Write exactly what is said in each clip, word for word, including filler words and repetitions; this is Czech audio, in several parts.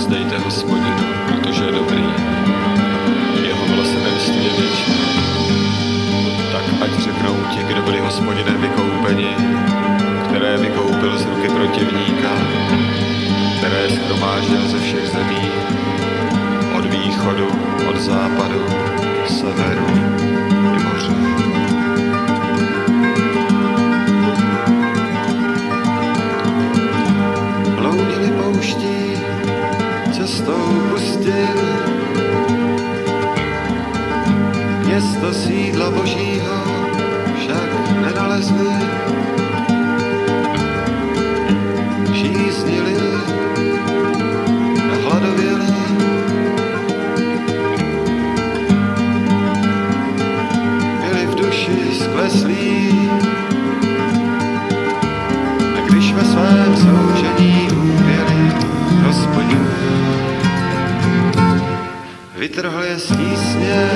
Vzdejte Hospodinu, protože je dobrý. Jeho milosrdenství je věčné. Tak ať řeknou ti, kdo byli Hospodinem vykoupeni, které vykoupil z ruky protivníka, které shromáždil ze všech zemí, od východu, od západu, severu i moře. Bloudili pouští, cestou pustil, město sídla Božího však nenalezli. Žíznili a hladověli, byli v duši skleslí, a když ve svém soužení uvěli Hospodinu, vytrhl je z tísně.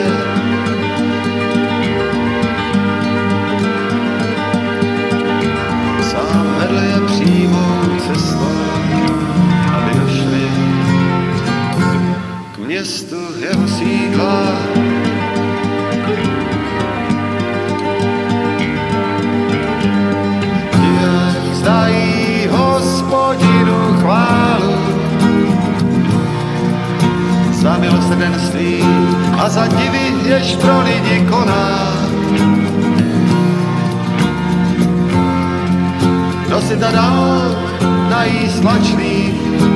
Sám vedl je přímou cestou, aby došli k městu jeho sídla. Ti vzdají Hospodinu chválu za milosrdenství a za divy, jež pro lidi koná. Kdo si to dal najíst lačný,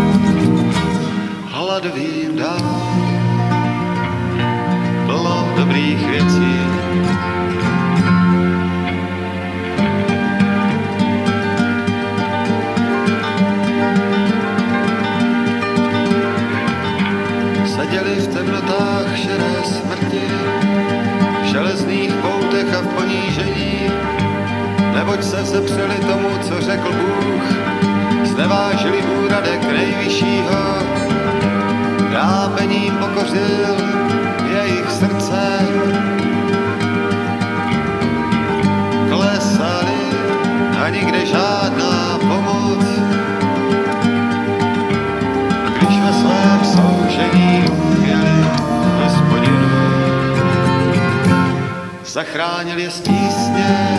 hladovým dal plno dobrých věcí. Seděli v temnotách šedé smrti, v železných poutech a v ponížení, neboť se vzepřeli tomu, co řekl Bůh, znevážili úradek nejvyššího, trápením pokořil jejich srdce. Klesali a nikde žádná pomoc, a když ve svém soužení uvěli Hospodinu, zachránil je z tísně.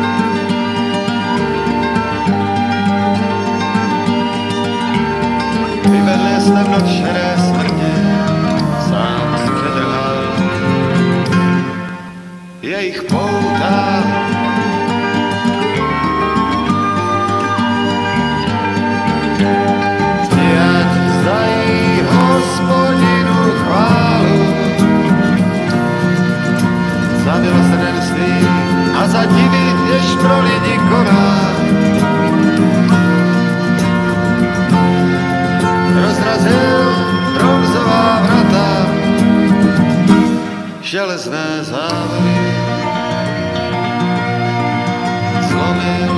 Vyvedl je z temnot šedé smrti, sám si předrhal jejich pouta. Ti ať vzdají Hospodinu chválu za milosrdenství a za divy, jež pro lidi koná. Rozrazil bronzová vrata, železné závory zlomil.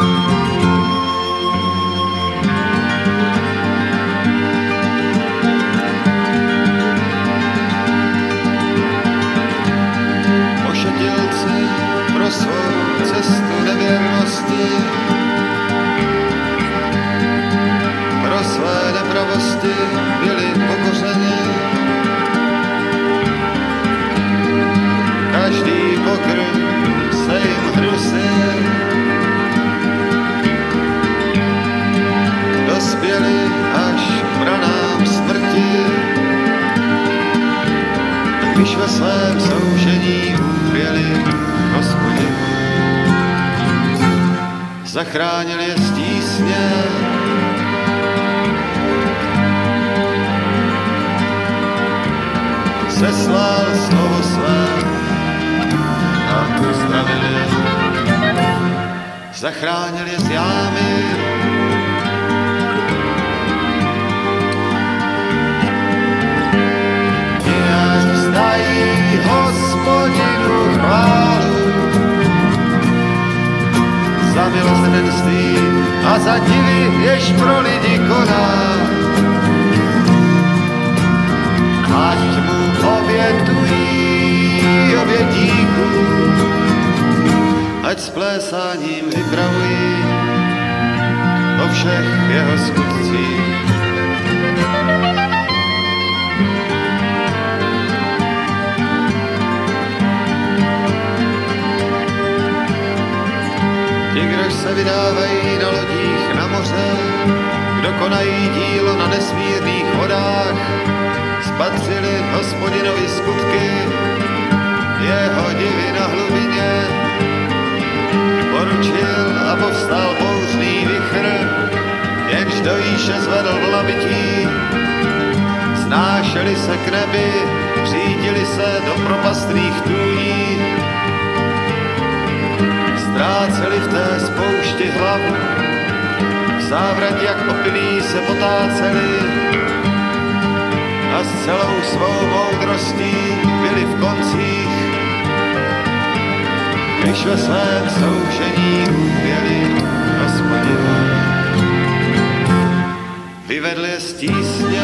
Pošetilci pro svou cestu nevěrnosti, pro své nepravosti byli pokořeni. Každý pokrm se jim hnusil, dospěli až k branám smrti. Když ve svém soužení uvěli Hospodinu, zachránil je z tísně. Seslal slovo své a uzdravil je, zachránil je z jámy. Ti ať vzdají Hospodinu chválu za milosrdenství a za divy, jež pro lidi koná. Ať mu obětují obětíku, ať s plésáním vypravují o všech jeho skutcích. konají dílo na nesmírných vodách, spatřili Hospodinovi skutky, jeho divy na hlubině. Poručil a povstal bouřný vichr, jenž do výše zvedl vlavití. Snášeli se k nebi, přítili se do propastných tůní. Ztráceli v té spoušti hlavu, v závratě jak opilí se potáceli a s celou svou moudrostí byli v koncích, když ve svém soužení uvěli Hospodina. Vyvedl je z tísně,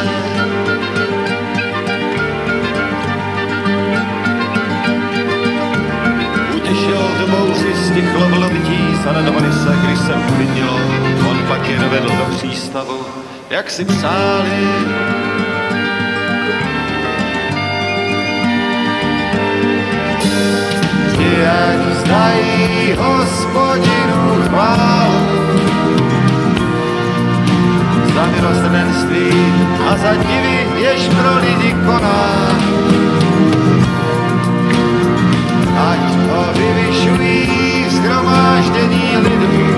utěšil tu bouři, stichlo vlovití, zanedovali se, když se uklidnilo. On pak je dovedl do přístavu, jak si přáli. Jak vzdají Hospodinu chválu za milosrdenství a za divy, jež pro lidi koná. Ať ho vyvyšují shromáždění lidu,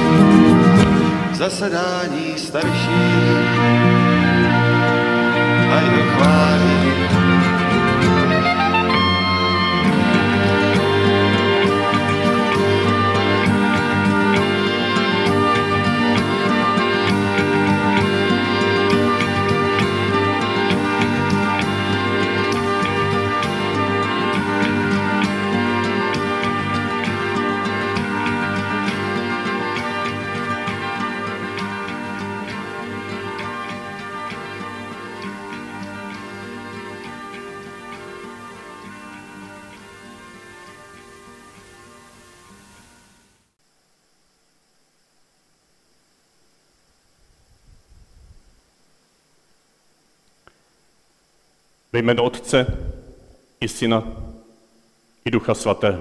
zasedání starších, ať ho chválí. Ve jménu Otce i Syna i Ducha Svatého.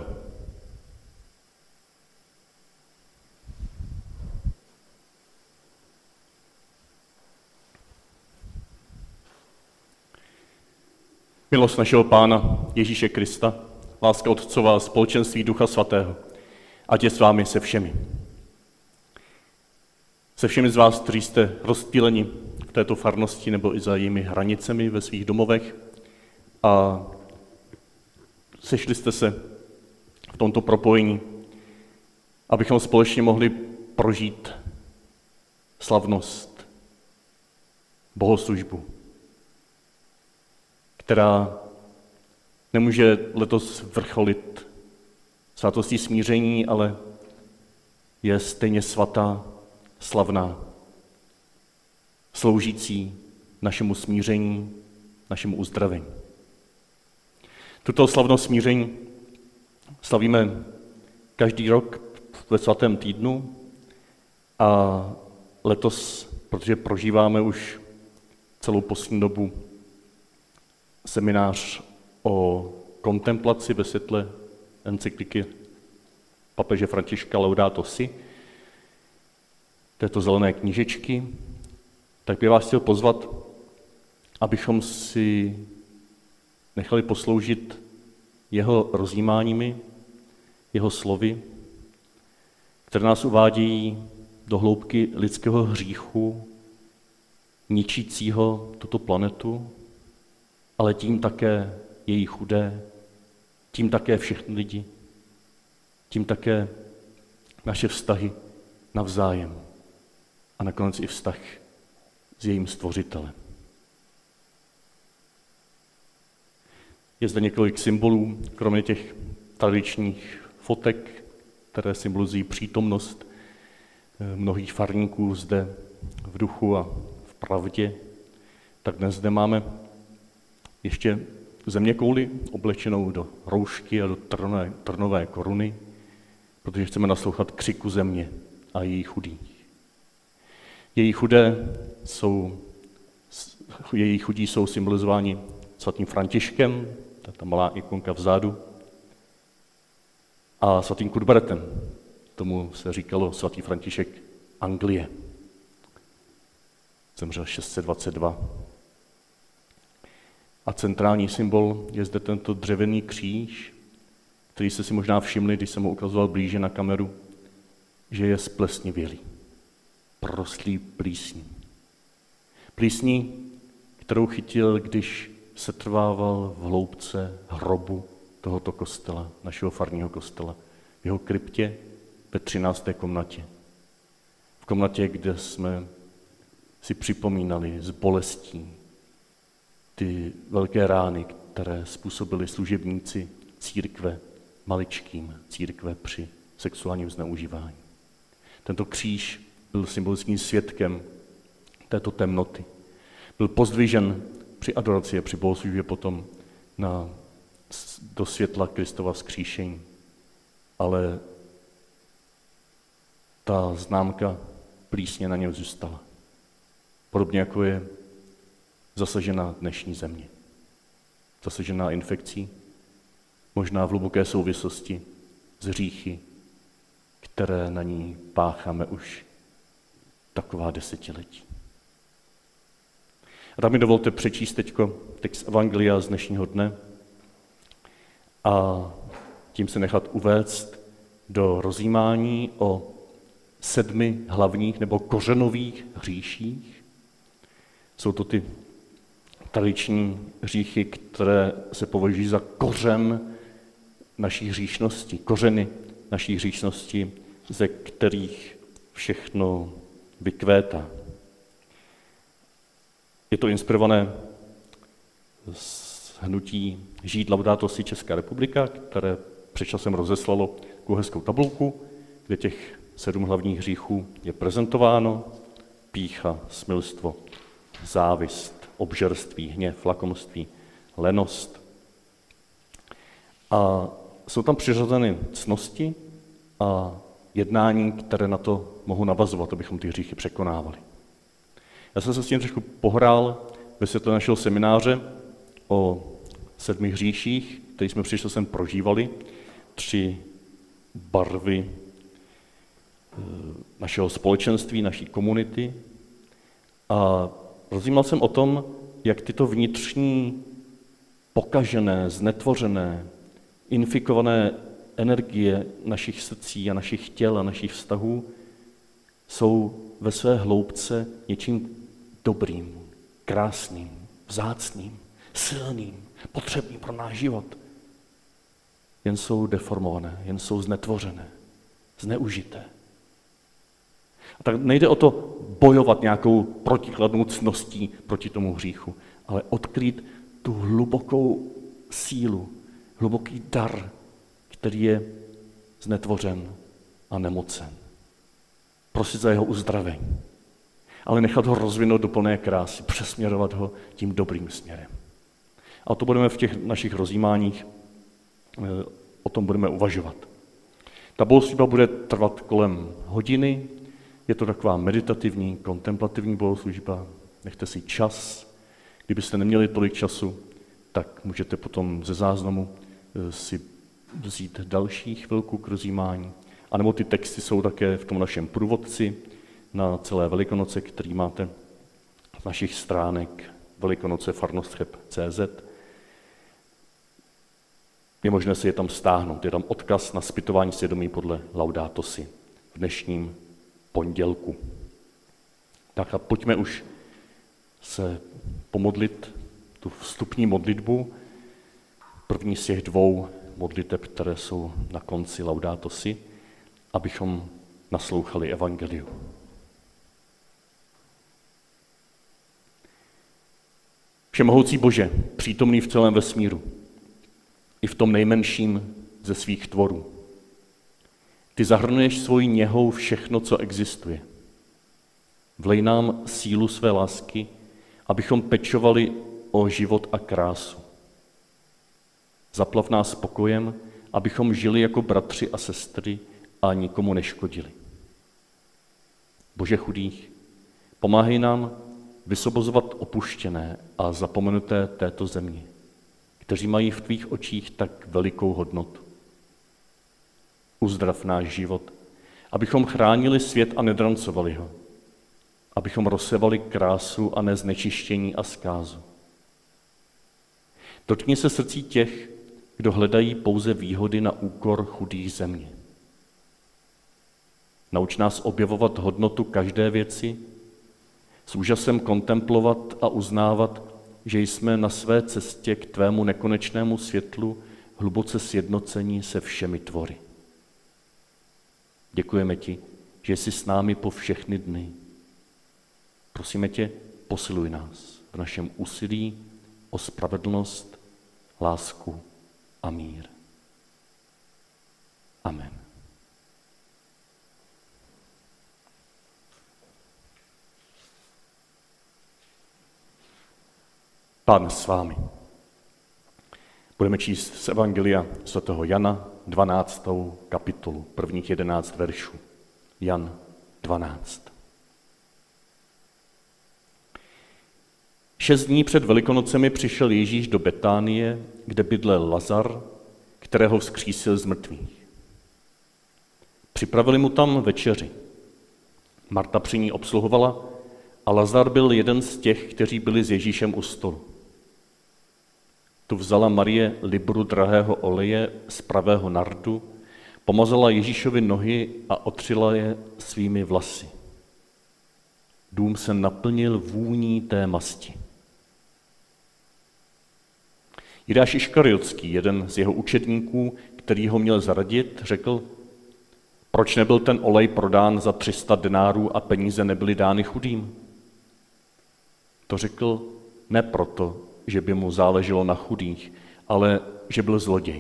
Milost našeho Pána Ježíše Krista, láska Otcova, společenství Ducha Svatého, ať je s vámi se všemi. Se všemi z vás, kteří jste rozptýleni v této farnosti nebo i za jejími hranicemi ve svých domovech a sešli jste se v tomto propojení, abychom společně mohli prožít slavnost, bohoslužbu, která nemůže letos vrcholit svátostí smíření, ale je stejně svatá, slavná, sloužící našemu smíření, našemu uzdravení. Tuto slavnost smíření slavíme každý rok ve svatém týdnu a letos, protože prožíváme už celou poslední dobu seminář o kontemplaci ve světle encykliky papeže Františka Laudato Si, této zelené knížečky, tak bych vás chtěl pozvat, abychom si nechali posloužit jeho rozjímáními, jeho slovy, které nás uvádějí do hloubky lidského hříchu, ničícího tuto planetu, ale tím také její chudé, tím také všechny lidi, tím také naše vztahy navzájem a nakonec i vztah s jejím stvořitelem. Je zde několik symbolů, kromě těch tradičních fotek, které symbolizují přítomnost mnohých farníků zde v duchu a v pravdě, tak dnes zde máme ještě zeměkouli oblečenou do roušky a do trnové, trnové koruny, protože chceme naslouchat křiku země a její chudých. Její chudé jsou, její chudí jsou symbolizováni svatým Františkem, ta malá ikonka vzadu, a svatým Kudbertem, tomu se říkalo svatý František Anglie. zemřel šest set dvacet dva. A centrální symbol je zde tento dřevěný kříž, který jste si možná všimli, když jsem ho ukazoval blíže na kameru, že je splesnivělý, porostlý plísní. Plísní, kterou chytil, když se trvával v hloubce hrobu tohoto kostela, našeho farního kostela, v jeho kryptě ve třinácté komnatě. V komnatě, kde jsme si připomínali s bolestí ty velké rány, které způsobili služebníci církve, maličkým církve při sexuálním zneužívání. Tento kříž byl symbolickým svědkem této temnoty. Byl pozdvižen při adoraci a při bohoslužbě potom na, do světla Kristova vzkříšení. Ale ta známka plísně na něm zůstala. Podobně jako je zasažená dnešní země. Zasažená infekcí, možná v hluboké souvislosti s hříchy, které na ní pácháme už taková desetiletí. A tak mi dovolte přečíst teďko text Evangelia z dnešního dne a tím se nechat uvést do rozjímání o sedmi hlavních nebo kořenových hříších. Jsou to ty tradiční hříchy, které se považují za kořen naší hříšnosti, kořeny naší hříšnosti, ze kterých všechno vykvétá. Je to inspirované z hnutí Žít Laudato Si Česká republika, které před časem rozeslalo takovou hezkou tabulku, kde těch sedm hlavních hříchů je prezentováno: pýcha, smilstvo, závist, obžerství, hněv, lakomství, lenost. A jsou tam přiřazeny ctnosti a jednání, které na to mohou navazovat, abychom ty hříchy překonávali. Já jsem se s tím trošku pohrál ve světle našeho semináře o sedmi hříších, který jsme přišli sem prožívali, tři barvy našeho společenství, naší komunity. A rozjímal jsem o tom, jak tyto vnitřní, pokažené, znetvořené, infikované energie našich srdcí a našich těl a našich vztahů jsou ve své hloubce něčím dobrým, krásným, vzácným, silným, potřebným pro náš život. Jen jsou deformované, jen jsou znetvořené, zneužité. A tak nejde o to bojovat nějakou protikladnou ctností proti tomu hříchu, ale odkrýt tu hlubokou sílu, hluboký dar, který je znetvořen a nemocen. Prosit za jeho uzdravení, ale nechat ho rozvinout do plné krásy, přesměrovat ho tím dobrým směrem. A to budeme v těch našich rozjímáních, o tom budeme uvažovat. Ta bohoslužba bude trvat kolem hodiny, je to taková meditativní, kontemplativní bohoslužba, nechte si čas. Kdybyste neměli tolik času, tak můžete potom ze záznamu si vzít další chvilku k rozjímání. A nebo ty texty jsou také v tom našem průvodci na celé Velikonoce, který máte z našich stránek velikonoce farnostcheb tečka cé zet. Je možné si je tam stáhnout. Je tam odkaz na zpytování svědomí podle Laudato Si v dnešním pondělku. Tak a pojďme už se pomodlit tu vstupní modlitbu. První z těch dvou modliteb, které jsou na konci Laudato Si, abychom naslouchali evangeliu. Všemohoucí Bože, přítomný v celém vesmíru, i v tom nejmenším ze svých tvorů. Ty zahrnuješ svojí něhou všechno, co existuje. Vlej nám sílu své lásky, abychom pečovali o život a krásu. Zaplav nás pokojem, abychom žili jako bratři a sestry a nikomu neškodili. Bože chudých, pomáhej nám vysobozovat opuštěné a zapomenuté této země, kteří mají v tvých očích tak velikou hodnotu. Uzdrav náš život, abychom chránili svět a nedrancovali ho. abychom rozsevali krásu a ne znečištění a zkázu. Dotkni se srdcí těch, kdo hledají pouze výhody na úkor chudých země. Nauč nás objevovat hodnotu každé věci, s úžasem kontemplovat a uznávat, že jsme na své cestě k tvému nekonečnému světlu hluboce sjednocení se všemi tvory. Děkujeme ti, že jsi s námi po všechny dny. Prosíme tě, posiluj nás v našem úsilí o spravedlnost, lásku a mír. Amen. Pán s vámi. Budeme číst z Evangelia svatého Jana dvanáctou kapitolu, prvních jedenáct veršů. Jan dvanáct. Šest dní před Velikonocemi přišel Ježíš do Betánie, kde bydlel Lazar, kterého vzkřísil z mrtvých. Připravili mu tam večeři. Marta při ní obsluhovala a Lazar byl jeden z těch, kteří byli s Ježíšem u stolu. Tu vzala Marie libru drahého oleje z pravého nardu, pomazala Ježíšovi nohy a otřila je svými vlasy. Dům se naplnil vůní té masti. Jidáš Iškariotský, jeden z jeho učedníků, který ho měl zaradit, řekl, proč nebyl ten olej prodán za tři sta denárů a peníze nebyly dány chudým? To řekl ne proto, že by mu záleželo na chudých, ale že byl zloděj.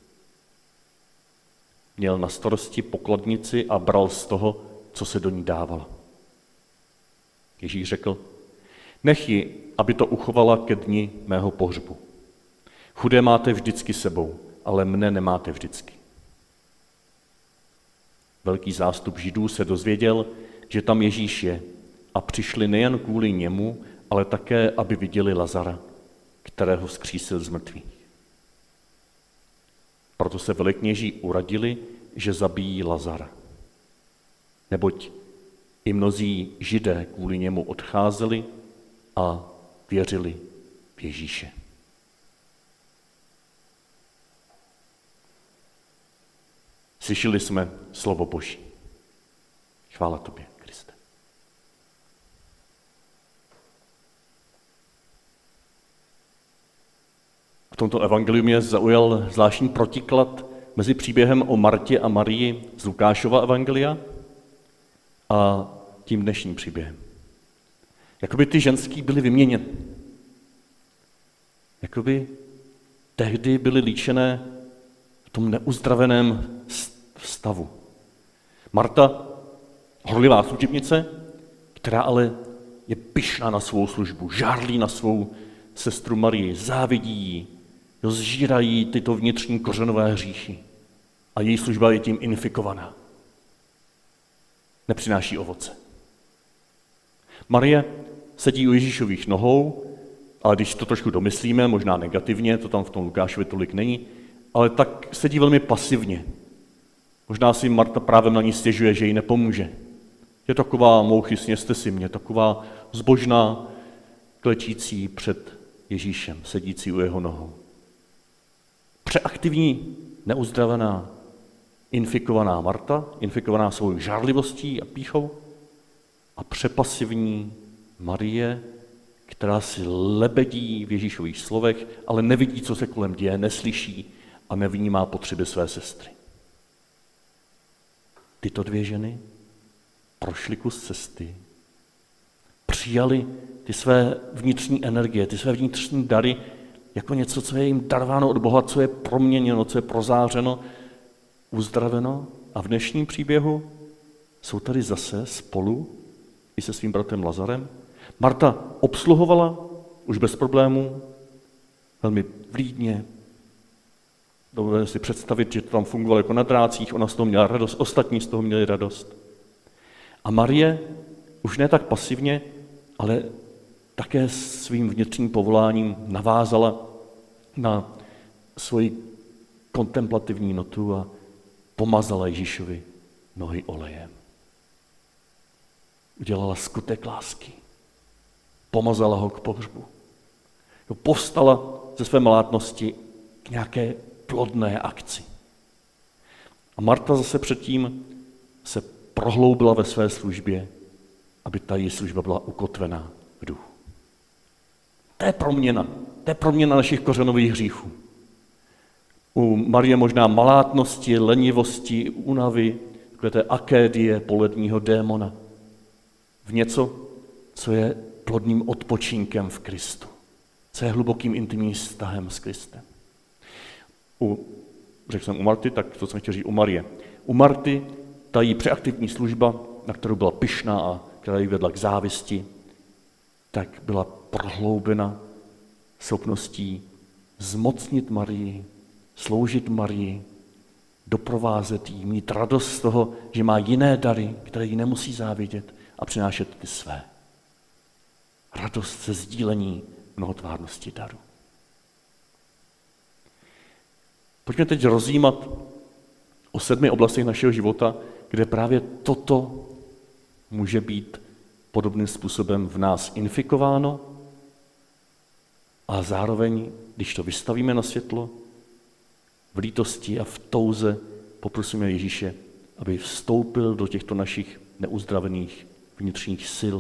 Měl na starosti pokladnici a bral z toho, co se do ní dávalo. Ježíš řekl, nech ji, aby to uchovala ke dni mého pohřbu. Chudé máte vždycky sebou, ale mne nemáte vždycky. Velký zástup Židů se dozvěděl, že tam Ježíš je a přišli nejen kvůli němu, ale také, aby viděli Lazara, kterého vzkřísil z mrtvých. Proto se velekněží uradili, že zabijí Lazara. Neboť i mnozí Židé kvůli němu odcházeli a věřili v Ježíše. Slyšeli jsme slovo Boží. Chvála tobě, Kriste. V tomto evangeliu mě zaujal zvláštní protiklad mezi příběhem o Martě a Marii z Lukášova evangelia a tím dnešním příběhem. Jakoby ty ženský byly vyměněny. Jakoby tehdy byly líčené v tom neuzdraveném stavu. Marta, horlivá služebnice, která ale je pyšná na svou službu, žárlí na svou sestru Marii, závidí jí, zžírají tyto vnitřní kořenové hříchy a její služba je tím infikovaná. Nepřináší ovoce. Marie sedí u Ježíšových nohou, ale když to trošku domyslíme, možná negativně, to tam v tom Lukášovi tolik není, ale tak sedí velmi pasivně. Možná si Marta právě na ní stěžuje, že jí nepomůže. Je taková mouchy, sněste si mě, taková zbožná, klečící před Ježíšem, sedící u jeho nohou. Přeaktivní, neuzdravená, infikovaná Marta, infikovaná svou žárlivostí a pýchou, a přepasivní Marie, která si lebedí v Ježíšových slovech, ale nevidí, co se kolem děje, neslyší a nevnímá potřeby své sestry. Tyto dvě ženy prošly kus cesty, přijali ty své vnitřní energie, ty své vnitřní dary jako něco, co je jim darováno od Boha, co je proměněno, co je prozářeno, uzdraveno. A v dnešním příběhu jsou tady zase spolu i se svým bratrem Lazarem. Marta obsluhovala už bez problémů, velmi vlídně. Dovedete si představit, že to tam fungovalo jako na drácích, ona z toho měla radost, ostatní z toho měli radost. A Marie už ne tak pasivně, ale také svým vnitřním povoláním navázala na svoji kontemplativní notu a pomazala Ježíšovi nohy olejem. udělala skutek lásky. Pomazala ho k pohřbu. Povstala ze své malátnosti k nějaké plodné akci. A Marta zase předtím se prohloubila ve své službě, aby ta její služba byla ukotvená v duchu. To je proměna. To je proměna našich kořenových hříchů. U Marie možná malátnosti, lenivosti, únavy, takové té akédie poledního démona. V něco, co je plodným odpočinkem v Kristu. Co je hlubokým intimním vztahem s Kristem. U, řekl jsem u Marty, tak to jsem chtěl říct u Marie. U Marty ta jí přeaktivní služba, na kterou byla pyšná a která jí vedla k závisti, tak byla prohloubena schopností zmocnit Marii, sloužit Marii, doprovázet jí, mít radost z toho, že má jiné dary, které jí nemusí závidět a přinášet ty své. Radost ze sdílení mnohotvárnosti daru. Pojďme teď rozjímat o sedmi oblastech našeho života, kde právě toto může být podobným způsobem v nás infikováno a zároveň, když to vystavíme na světlo, v lítosti a v touze poprosíme Ježíše, aby vstoupil do těchto našich neuzdravených vnitřních sil,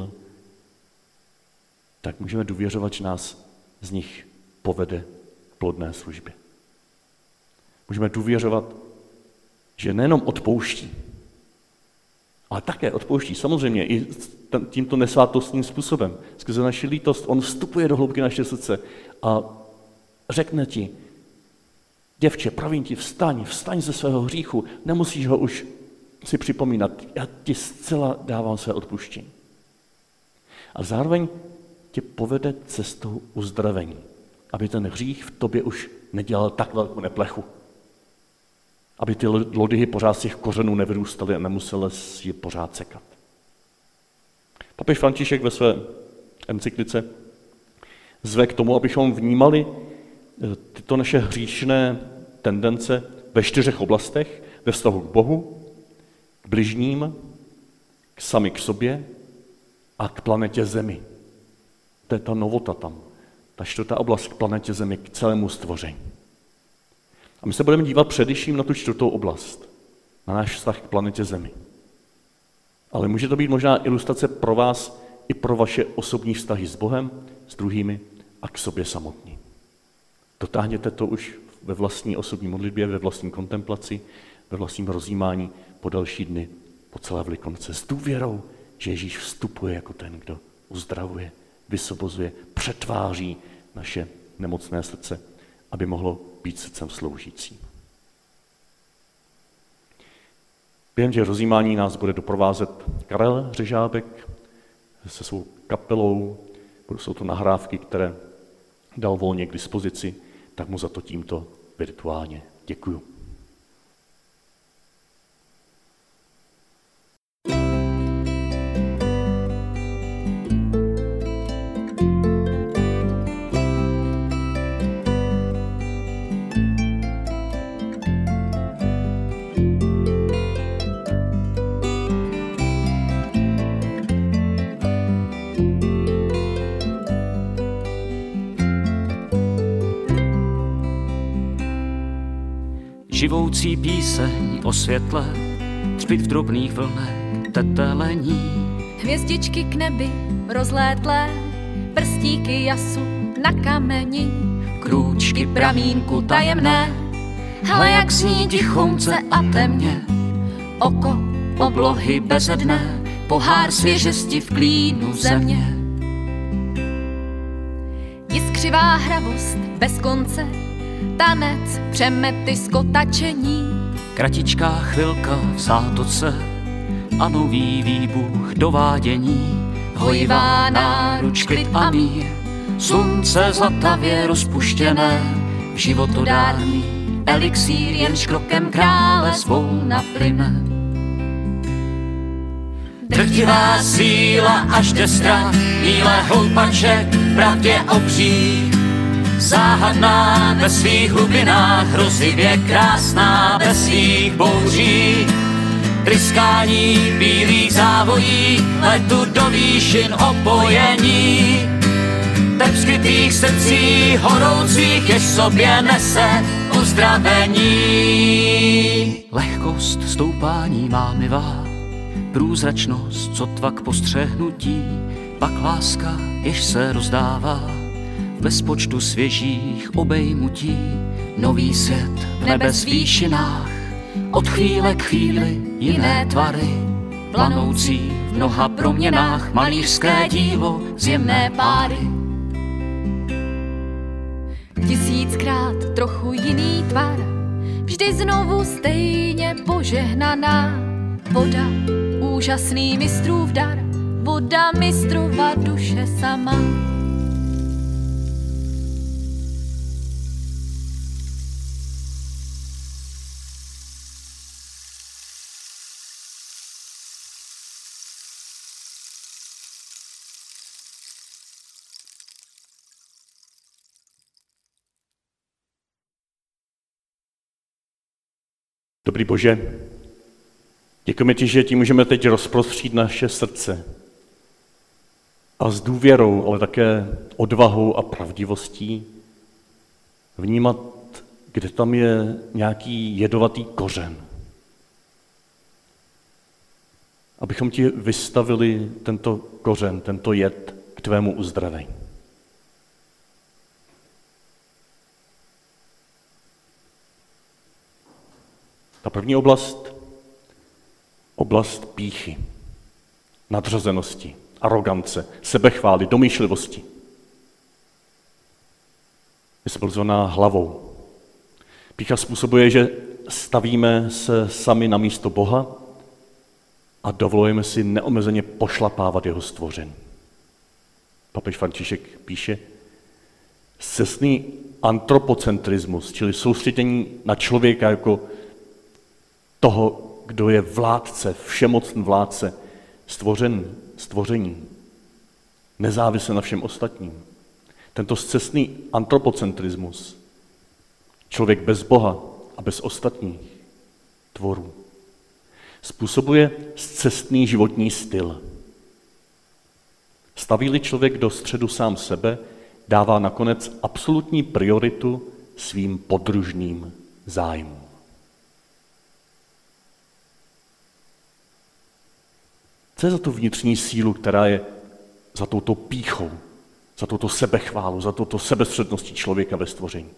tak můžeme důvěřovat, že nás z nich povede k plodné službě. Můžeme důvěřovat, že nejenom odpouští, ale také odpouští, samozřejmě i tímto nesvátostním způsobem. Skrze naši lítost on vstupuje do hloubky naše srdce a řekne ti, děvče, pravím ti, vstaň, vstaň ze svého hříchu, nemusíš ho už si připomínat, já ti zcela dávám své odpuštění. A zároveň tě povede cestou uzdravení, aby ten hřích v tobě už nedělal tak velkou neplechu. Aby ty lodyhy pořád z těch kořenů nevyrůstaly a nemusel si je pořád sekat. Papež František ve své encyklice zve k tomu, abychom vnímali tyto naše hříšné tendence ve čtyřech oblastech, ve vztahu k Bohu, k bližním, k sami k sobě a k planetě Zemi. To je ta novota tam. Ta čtvrtá oblast k planetě Zemi, k celému stvoření. A my se budeme dívat především na tu čtvrtou oblast, na náš vztah k planetě Zemi. Ale může to být možná ilustrace pro vás i pro vaše osobní vztahy s Bohem, s druhými a k sobě samotní. Dotáhněte to už ve vlastní osobní modlitbě, ve vlastní kontemplaci, ve vlastním rozjímání po další dny, po celé Velikonoce s důvěrou, že Ježíš vstupuje jako ten, kdo uzdravuje, vysvobozuje, přetváří naše nemocné srdce, aby mohlo být srdcem sloužícím. Během těch rozjímání nás bude doprovázet Karel Řežábek se svou kapelou, jsou to nahrávky, které dal volně k dispozici, tak mu za to tímto virtuálně děkuju. Živoucí píseň o světle, třpit v drobných vlnech tetelení. Hvězdičky k nebi rozlétlé, prstíky jasu na kameni. Krůčky pramínku tajemné, Hle, jak zní tichounce a temně. oko oblohy bezedné, Pohár svěžesti v klínu země. Jiskřivá hravost bez konce, tanec, přemety, skotačení. kratičká chvilka v zátoce a nový výbuch dovádění. Hojivá náruč, klid a mír, slunce zlatavě rozpuštěné, v životodárný elixír, jenž krokem krále svou naplyne. drtivá síla až jde strach, míle houpaček v pravdě obří. Záhadná ve svých hlubinách, hrozivě krásná ve svých bouřích. tryskání bílých závojí, letu do výšin opojení. Tep skrytých srdcí horoucích, jež sobě nese uzdravení. Lehkost stoupání má mivá, průzračnost, co tvak postřehnutí, pak láska, jež se rozdává v bezpočtu svěžích obejmutí. Nový svět v nebes výšinách, od chvíle k chvíli jiné tvary, planoucí v mnoha proměnách, malířské dílo zjemné páry. Tisíckrát trochu jiný tvar, vždy znovu stejně požehnaná. Voda, úžasný mistrův dar, voda mistrova duše sama. Dobrý Bože, děkujeme ti, že ti můžeme teď rozprostřít naše srdce a s důvěrou, ale také odvahou a pravdivostí vnímat, kde tam je nějaký jedovatý kořen. Abychom ti vystavili tento kořen, tento jed k tvému uzdravení. Ta první oblast, oblast pýchy, nadřazenosti, arogance, sebechvály, domýšlivosti. Je splzovaná hlavou. Pýcha způsobuje, že stavíme se sami na místo Boha a dovolujeme si neomezeně pošlapávat jeho stvoření. Papež František píše, scestný antropocentrismus, čili soustředění na člověka jako toho, kdo je vládce, všemocný vládce, stvořen, stvoření, nezávisle na všem ostatním. Tento scestný antropocentrismus, člověk bez Boha a bez ostatních tvorů, způsobuje scestný životní styl. Staví-li člověk do středu sám sebe, dává nakonec absolutní prioritu svým podružným zájmům. Co je za tu vnitřní sílu, která je za touto pýchou, za touto sebechválu, za touto sebestředností člověka ve stvoření?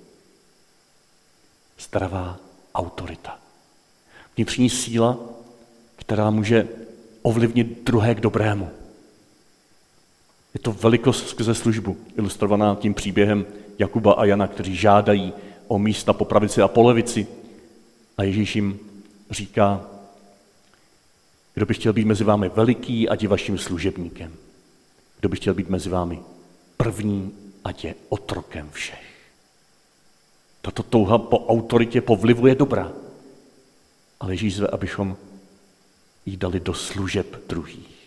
Zdravá autorita. Vnitřní síla, která může ovlivnit druhé k dobrému. Je to velikost skrze službu, ilustrovaná tím příběhem Jakuba a Jana, kteří žádají o místa po pravici a po levici. A Ježíš jim říká, kdo by chtěl být mezi vámi veliký, ať je vaším služebníkem. Kdo by chtěl být mezi vámi první, ať je otrokem všech. Tato touha po autoritě, po vlivu je dobrá. Ale Ježíš zve, abychom jí dali do služeb druhých.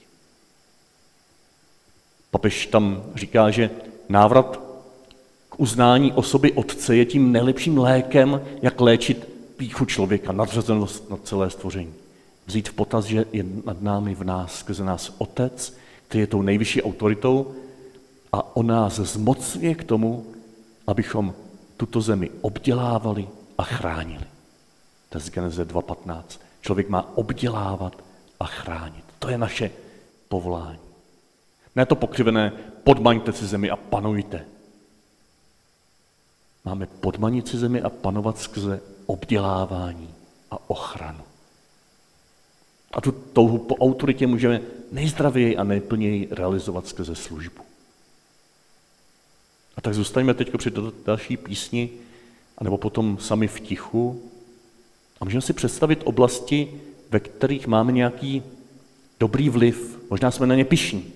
Papež tam říká, že návrat k uznání osoby Otce je tím nejlepším lékem, jak léčit pýchu člověka, nadřazenost na celé stvoření. Vzít v potaz, že je nad námi v nás, skrze nás Otec, který je tou nejvyšší autoritou a on nás zmocňuje k tomu, abychom tuto zemi obdělávali a chránili. To je z Geneze dva patnáct. Člověk má obdělávat a chránit. To je naše povolání. Ne to pokřivené, podmaňte si zemi a panujte. Máme podmanit si zemi a panovat skrze obdělávání a ochranu. A tu touhu po autoritě můžeme nejzdravěji a nejplněji realizovat skrze službu. A tak zůstaňme teď při další písni, anebo potom sami v tichu. A můžeme si představit oblasti, ve kterých máme nějaký dobrý vliv. Možná jsme na ně pyšní.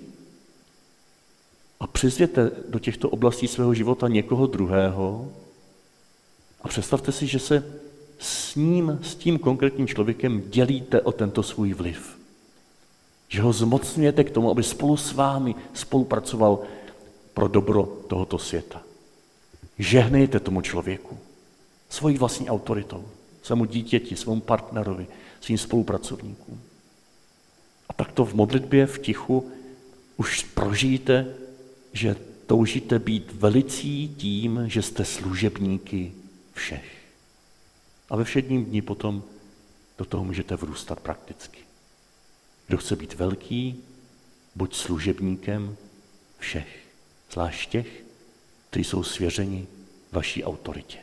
A přizvěte do těchto oblastí svého života někoho druhého a představte si, že se s ním, s tím konkrétním člověkem dělíte o tento svůj vliv. Že ho zmocňujete k tomu, aby spolu s vámi spolupracoval pro dobro tohoto světa. Žehnejte tomu člověku svojí vlastní autoritou, svému dítěti, svému partnerovi, svým spolupracovníkům. A takto v modlitbě, v tichu už prožijte, že toužíte být velicí tím, že jste služebníky všech. A ve všedním dni potom do toho můžete vrůstat prakticky. Kdo chce být velký, buď služebníkem všech, zvlášť těch, kteří jsou svěřeni vaší autoritě.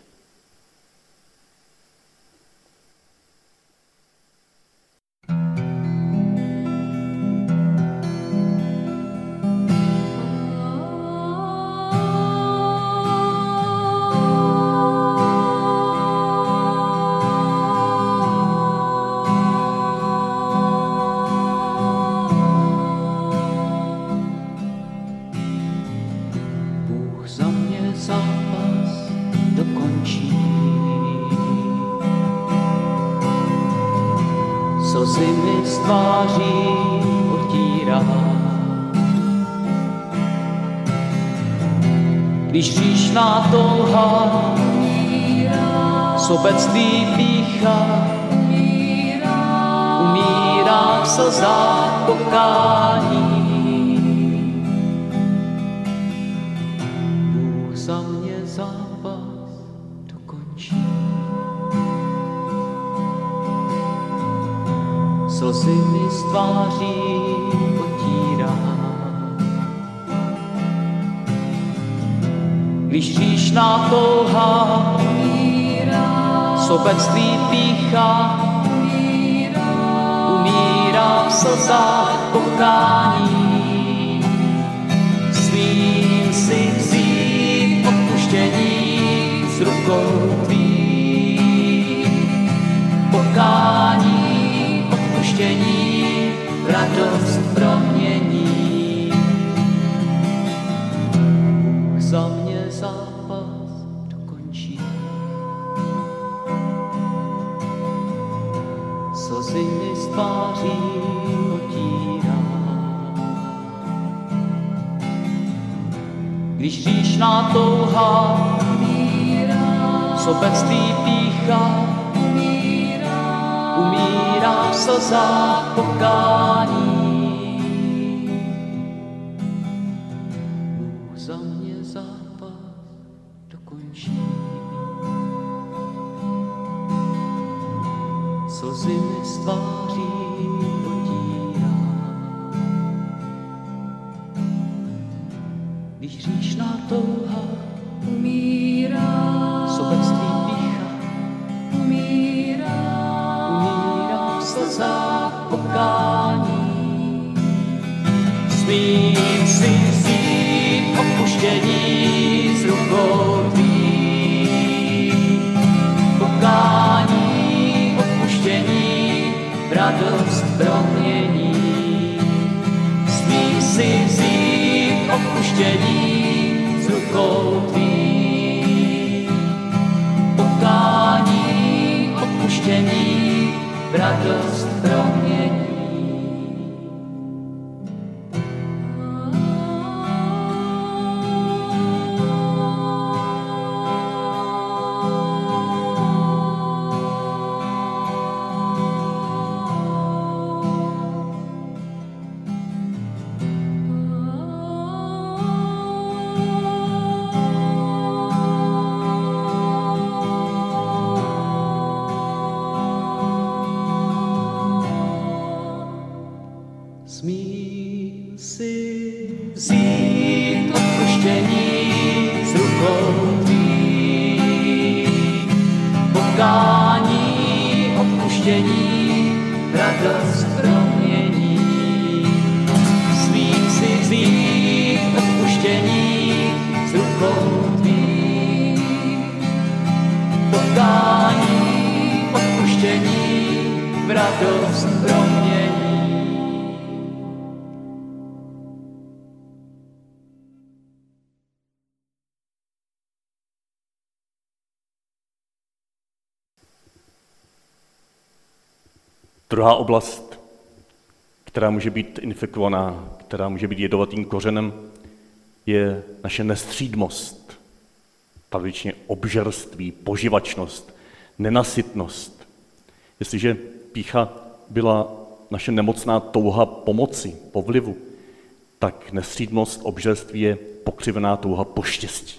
Slzy mi z tváří otírá. Když hříšná touha, sobectví pýcha, umírá v slzách pokání. Bůh za mě zápas dokončí. Slzy mi z tváří otírá. Když hříšná touha, sobectví pýcha, umírá v slzách pokání. Svým si vzít odpuštění z rukou tvých. Pokání, odpuštění, radost promění. Bůh za mě zápas dokončí. Slzy mi z tváří otírá. Když hříšná touha, sobectví pýcha, umírá v slzách pokání. Bůh za mě zápas dokončí. Slzy mi z tváří otírá. Když hříšná touha, umírá, sobectví pýcha, umírá, umírá v slzách pokání. Smím si vzít odpuštění z rukou tvých. Pokání, odpuštění, radost promění. Smím si vzít odpuštění z rukou tvých. Pokání, odpuštění, radost promění. Smím si vzít odpuštění z rukou tvých. Pokání, odpuštění, radost promění. Smím si vzít odpuštění z rukou tvých. Pokání, odpuštění, radost promění. Druhá oblast, která může být infikovaná, která může být jedovatým kořenem, je naše nestřídmost, tradičně obžerství, poživačnost, nenasytnost. Jestliže pýcha byla naše nemocná touha pomoci, po vlivu, tak nestřídmost obžerství je pokřivená touha po štěstí.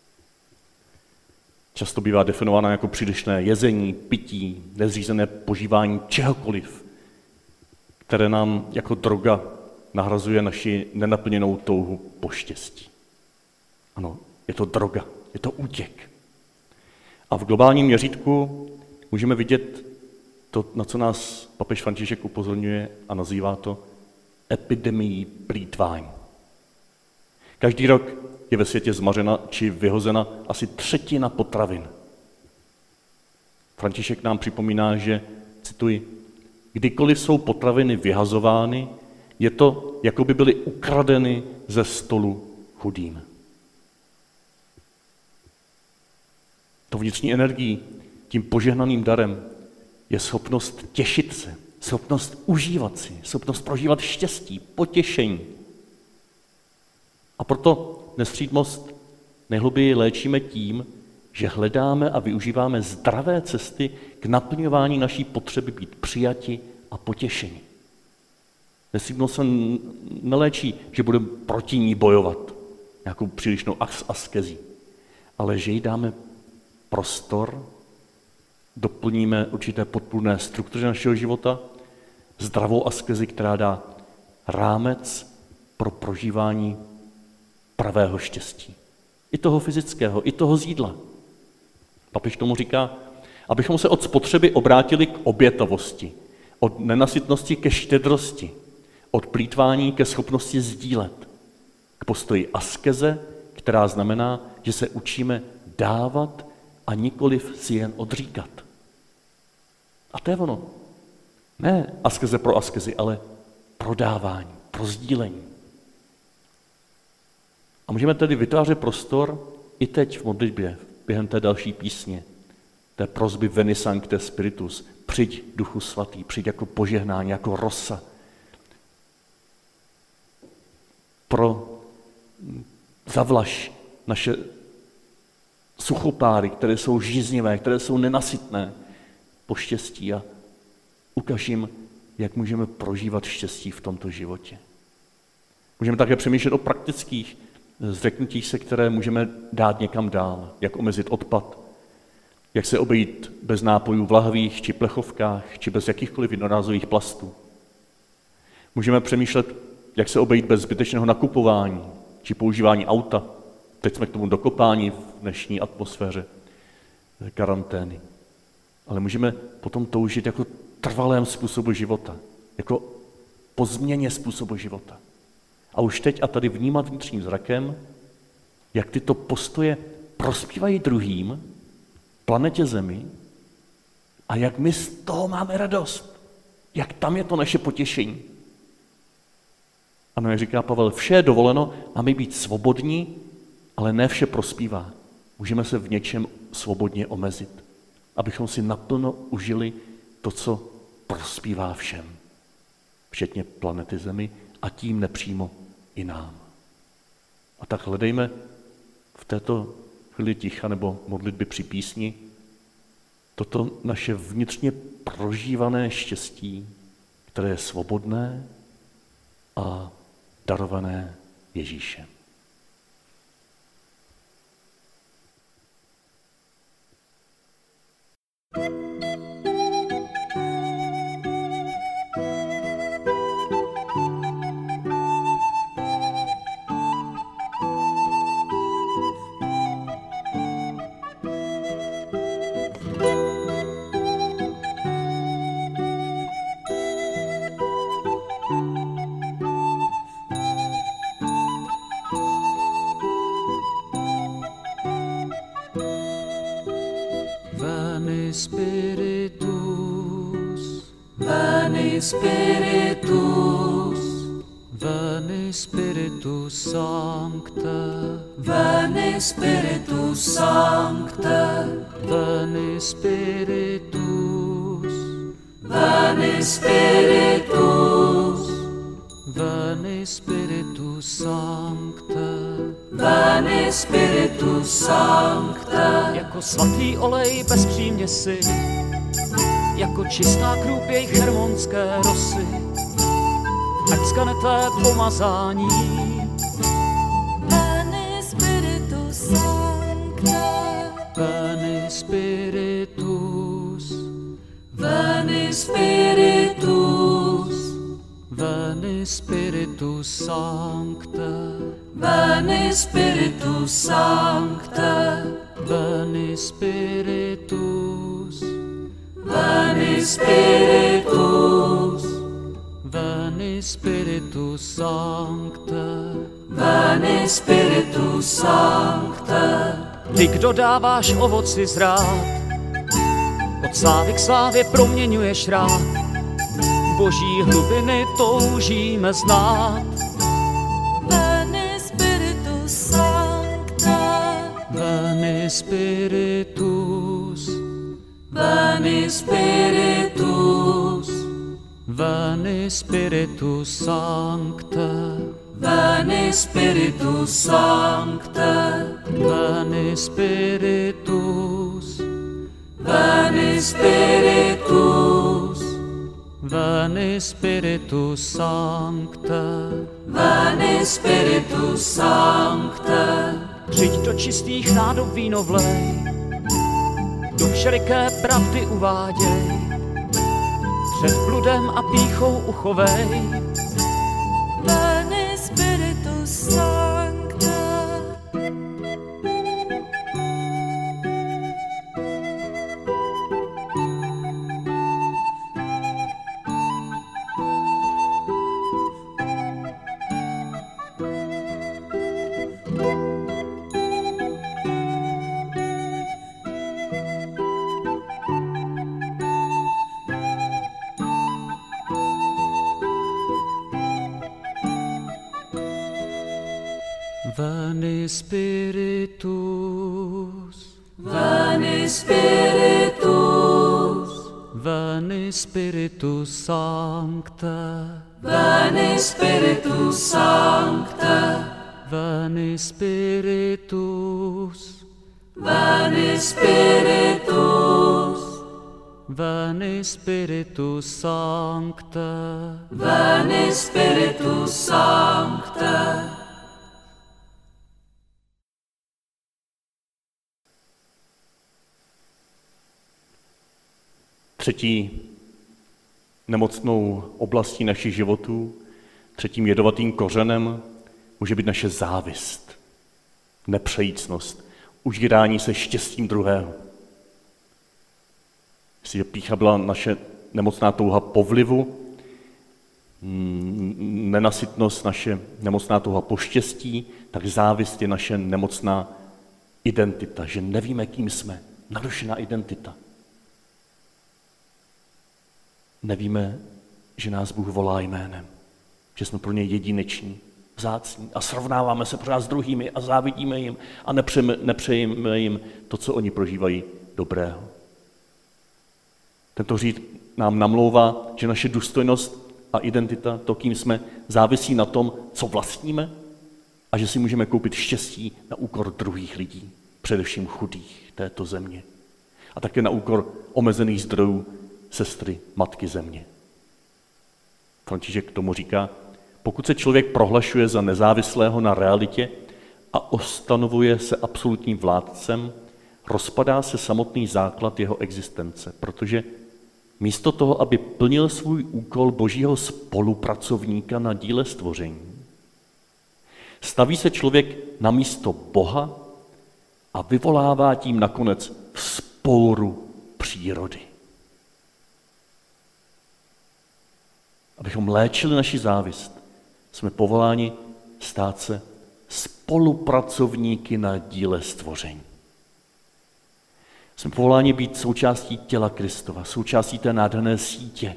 Často bývá definována jako přílišné jezení, pití, nezřízené požívání čehokoliv, které nám jako droga nahrazuje naši nenaplněnou touhu po štěstí. Ano, je to droga, je to útěk. A v globálním měřítku můžeme vidět to, na co nás papež František upozorňuje a nazývá to epidemií plýtvání. Každý rok je ve světě zmařena či vyhozena asi třetina potravin. František nám připomíná, že, cituji, kdykoliv jsou potraviny vyhazovány, je to, jako by byly ukradeny ze stolu chudým. To vnitřní energií, tím požehnaným darem, je schopnost těšit se, schopnost užívat si, schopnost prožívat štěstí, potěšení. A proto nestřídmost nejhluběji léčíme tím, že hledáme a využíváme zdravé cesty k naplňování naší potřeby být přijati a potěšení. Nestřídmost se neléčí, že budeme proti ní bojovat, nějakou přílišnou askezí, ale že jí dáme prostor, doplníme určité podpůrné struktury našeho života, zdravou askezi, která dá rámec pro prožívání pravého štěstí. I toho fyzického, i toho z jídla. Papež tomu říká, abychom se od spotřeby obrátili k obětavosti, od nenasytnosti ke štědrosti, od plýtvání ke schopnosti sdílet, k postoji askeze, která znamená, že se učíme dávat a nikoliv si jen odříkat. A to je ono. Ne askeze pro askezi, ale pro dávání, pro sdílení. A můžeme tedy vytvářet prostor i teď v modlitbě, během té další písně, té prosby Veni Sancte Spiritus, přijď Duchu Svatý, přijď jako požehnání, jako rosa. Pro zavlaž naše suchopáry, které jsou žíznivé, které jsou nenasytné po štěstí a ukaž jim, jak můžeme prožívat štěstí v tomto životě. Můžeme také přemýšlet o praktických zřeknutích se, které můžeme dát někam dál, jak omezit odpad, jak se obejít bez nápojů v lahvích či plechovkách, či bez jakýchkoliv jednorázových plastů. Můžeme přemýšlet, jak se obejít bez zbytečného nakupování či používání auta. Teď jsme k tomu dokopáni v dnešní atmosféře karantény. Ale můžeme potom toužit jako trvalém způsobu života, jako po změně způsobu života. A už teď a tady vnímat vnitřním zrakem, jak tyto postoje prospívají druhým, planetě Zemi, a jak my z toho máme radost. Jak tam je to naše potěšení. Ano, jak říká Pavel, vše je dovoleno, máme být svobodní, ale ne vše prospívá. Můžeme se v něčem svobodně omezit, abychom si naplno užili to, co prospívá všem, včetně planety Zemi a tím nepřímo i nám. A tak hledejme v této chvíli ticha nebo modlitby při písni toto naše vnitřně prožívané štěstí, které je svobodné a darované Ježíšem. Spiritus, Veni Spiritus, Veni Spiritus Sancte, Veni Spiritus Sancte, Veni Spiritus, Veni Spiritus, Veni Spiritus Sancte, Veni Spiritus Sancte. Jako svatý olej bez příměsi jako čistá krůp jejich hermonské rosy. Ať skanete pomazání. Veni Spiritus Sancte. Veni Spiritus. Veni Spiritus. Veni Spiritus Sancte. Veni Spiritus Sancte. Veni Spiritus. Veni Spiritus. Veni Spiritus Sancte. Veni Spiritus Sancte. Ty, kdo dáváš ovoci zrát, od slávy k slávě proměňuješ rád. Boží hlubiny toužíme znát. Veni Spiritus Sancte. Veni Spiritus. Veni Spiritus. Veni Spiritus Sancte. Veni Spiritus Sancte. Veni Spiritus. Veni Spiritus. Veni Spiritus Sancte. Veni Spiritus Sancte. Přijď do čistých nádob víno vlej, do všeliké pravdy uváděj, před bludem a pýchou uchovej. Veni Spiritus Sancte. Veni Spiritus. Veni Spiritus. Veni Spiritus Sancte. Veni Spiritus Sancte. Veni Spiritus. Veni Spiritus. Veni Spiritus Sancte. Veni Spiritus Sancte. Třetí nemocnou oblastí našich životů, třetím jedovatým kořenem může být naše závist, nepřejícnost, užírání se štěstím druhého. Jestliže pýcha byla naše nemocná touha po vlivu, nenasytnost naše nemocná touha po štěstí, tak závist je naše nemocná identita, že nevíme, kým jsme, narušená identita. Nevíme, že nás Bůh volá jménem, že jsme pro něj jedineční, vzácní a srovnáváme se pořád s druhými a závidíme jim a nepřejeme, nepřejeme jim to, co oni prožívají dobrého. Tento hřích nám namlouvá, že naše důstojnost a identita, to, kým jsme, závisí na tom, co vlastníme a že si můžeme koupit štěstí na úkor druhých lidí, především chudých této země a také na úkor omezených zdrojů sestry, matky země. František k tomu říká, pokud se člověk prohlašuje za nezávislého na realitě a ustanovuje se absolutním vládcem, rozpadá se samotný základ jeho existence, protože místo toho, aby plnil svůj úkol božího spolupracovníka na díle stvoření, staví se člověk na místo Boha a vyvolává tím nakonec vzpouru přírody. Abychom léčili naši závist, jsme povoláni stát se spolupracovníky na díle stvoření. Jsme povoláni být součástí těla Kristova, součástí té nádherné sítě.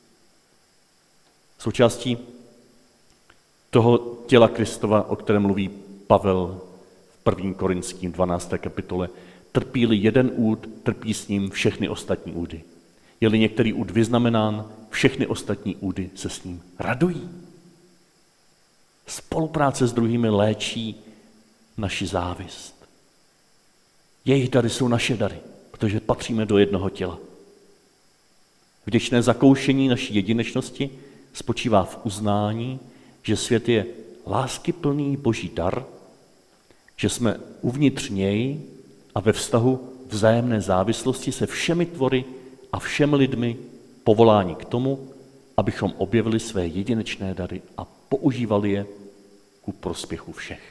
Součástí toho těla Kristova, o kterém mluví Pavel v prvním Korinským dvanácté kapitole. Trpí-li jeden úd, trpí s ním všechny ostatní údy. Je-li některý úd vyznamenán, všechny ostatní údy se s ním radují. Spolupráce s druhými léčí naši závist. Jejich dary jsou naše dary, protože patříme do jednoho těla. Vděčné zakoušení naší jedinečnosti spočívá v uznání, že svět je láskyplný boží dar, že jsme uvnitř něj a ve vztahu vzájemné závislosti se všemi tvory a všemi lidmi povoláni k tomu, abychom objevili své jedinečné dary a používali je ku prospěchu všech.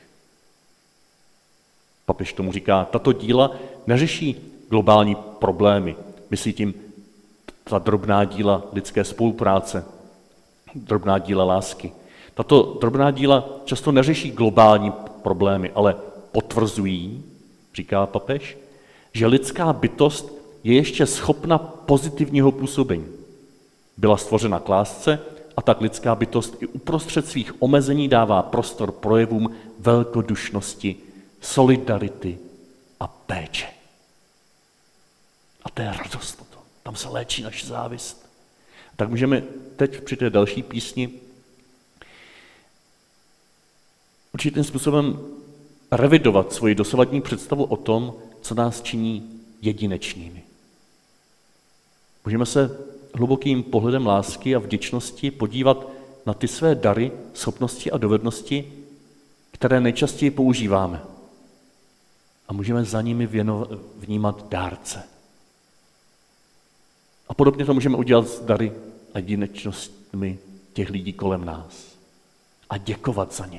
Papež tomu říká, tato díla neřeší globální problémy, myslí tím ta drobná díla lidské spolupráce, drobná díla lásky. Tato drobná díla často neřeší globální problémy, ale potvrzují, říká papež, že lidská bytost je ještě schopna pozitivního působení. Byla stvořena k lásce a tak lidská bytost i uprostřed svých omezení dává prostor projevům velkodušnosti, solidarity a péče. A to je radost potom. Tam se léčí naše závist. Tak můžeme teď při té další písni určitým způsobem revidovat svoji dosavadní představu o tom, co nás činí jedinečnými. Můžeme se hlubokým pohledem lásky a vděčnosti podívat na ty své dary, schopnosti a dovednosti, které nejčastěji používáme. A můžeme za nimi věnovat, vnímat dárce. A podobně to můžeme udělat s dary a jedinečnostmi těch lidí kolem nás. A děkovat za ně.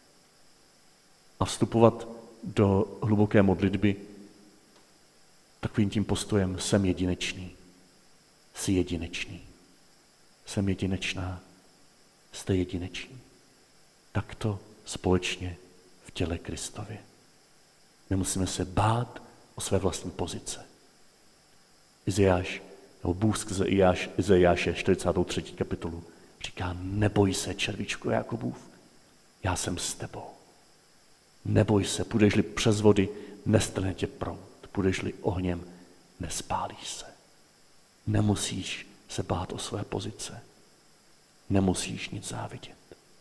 A vstupovat do hluboké modlitby takovým tím postojem jsem jedinečný, jsi jedinečný, jsem jedinečná, jste jedineční. Takto společně v těle Kristově. Nemusíme se bát o své vlastní pozice. Izajáš, nebo Bůh skrze Izajáš, Izajáše čtyřicátou třetí kapitolu říká, neboj se, červíčku Jakubův, já jsem s tebou. Neboj se, půjdeš-li přes vody, nestrhne tě proud. Půjdeš-li ohněm, nespálíš se. Nemusíš se bát o své pozice. Nemusíš nic závidět.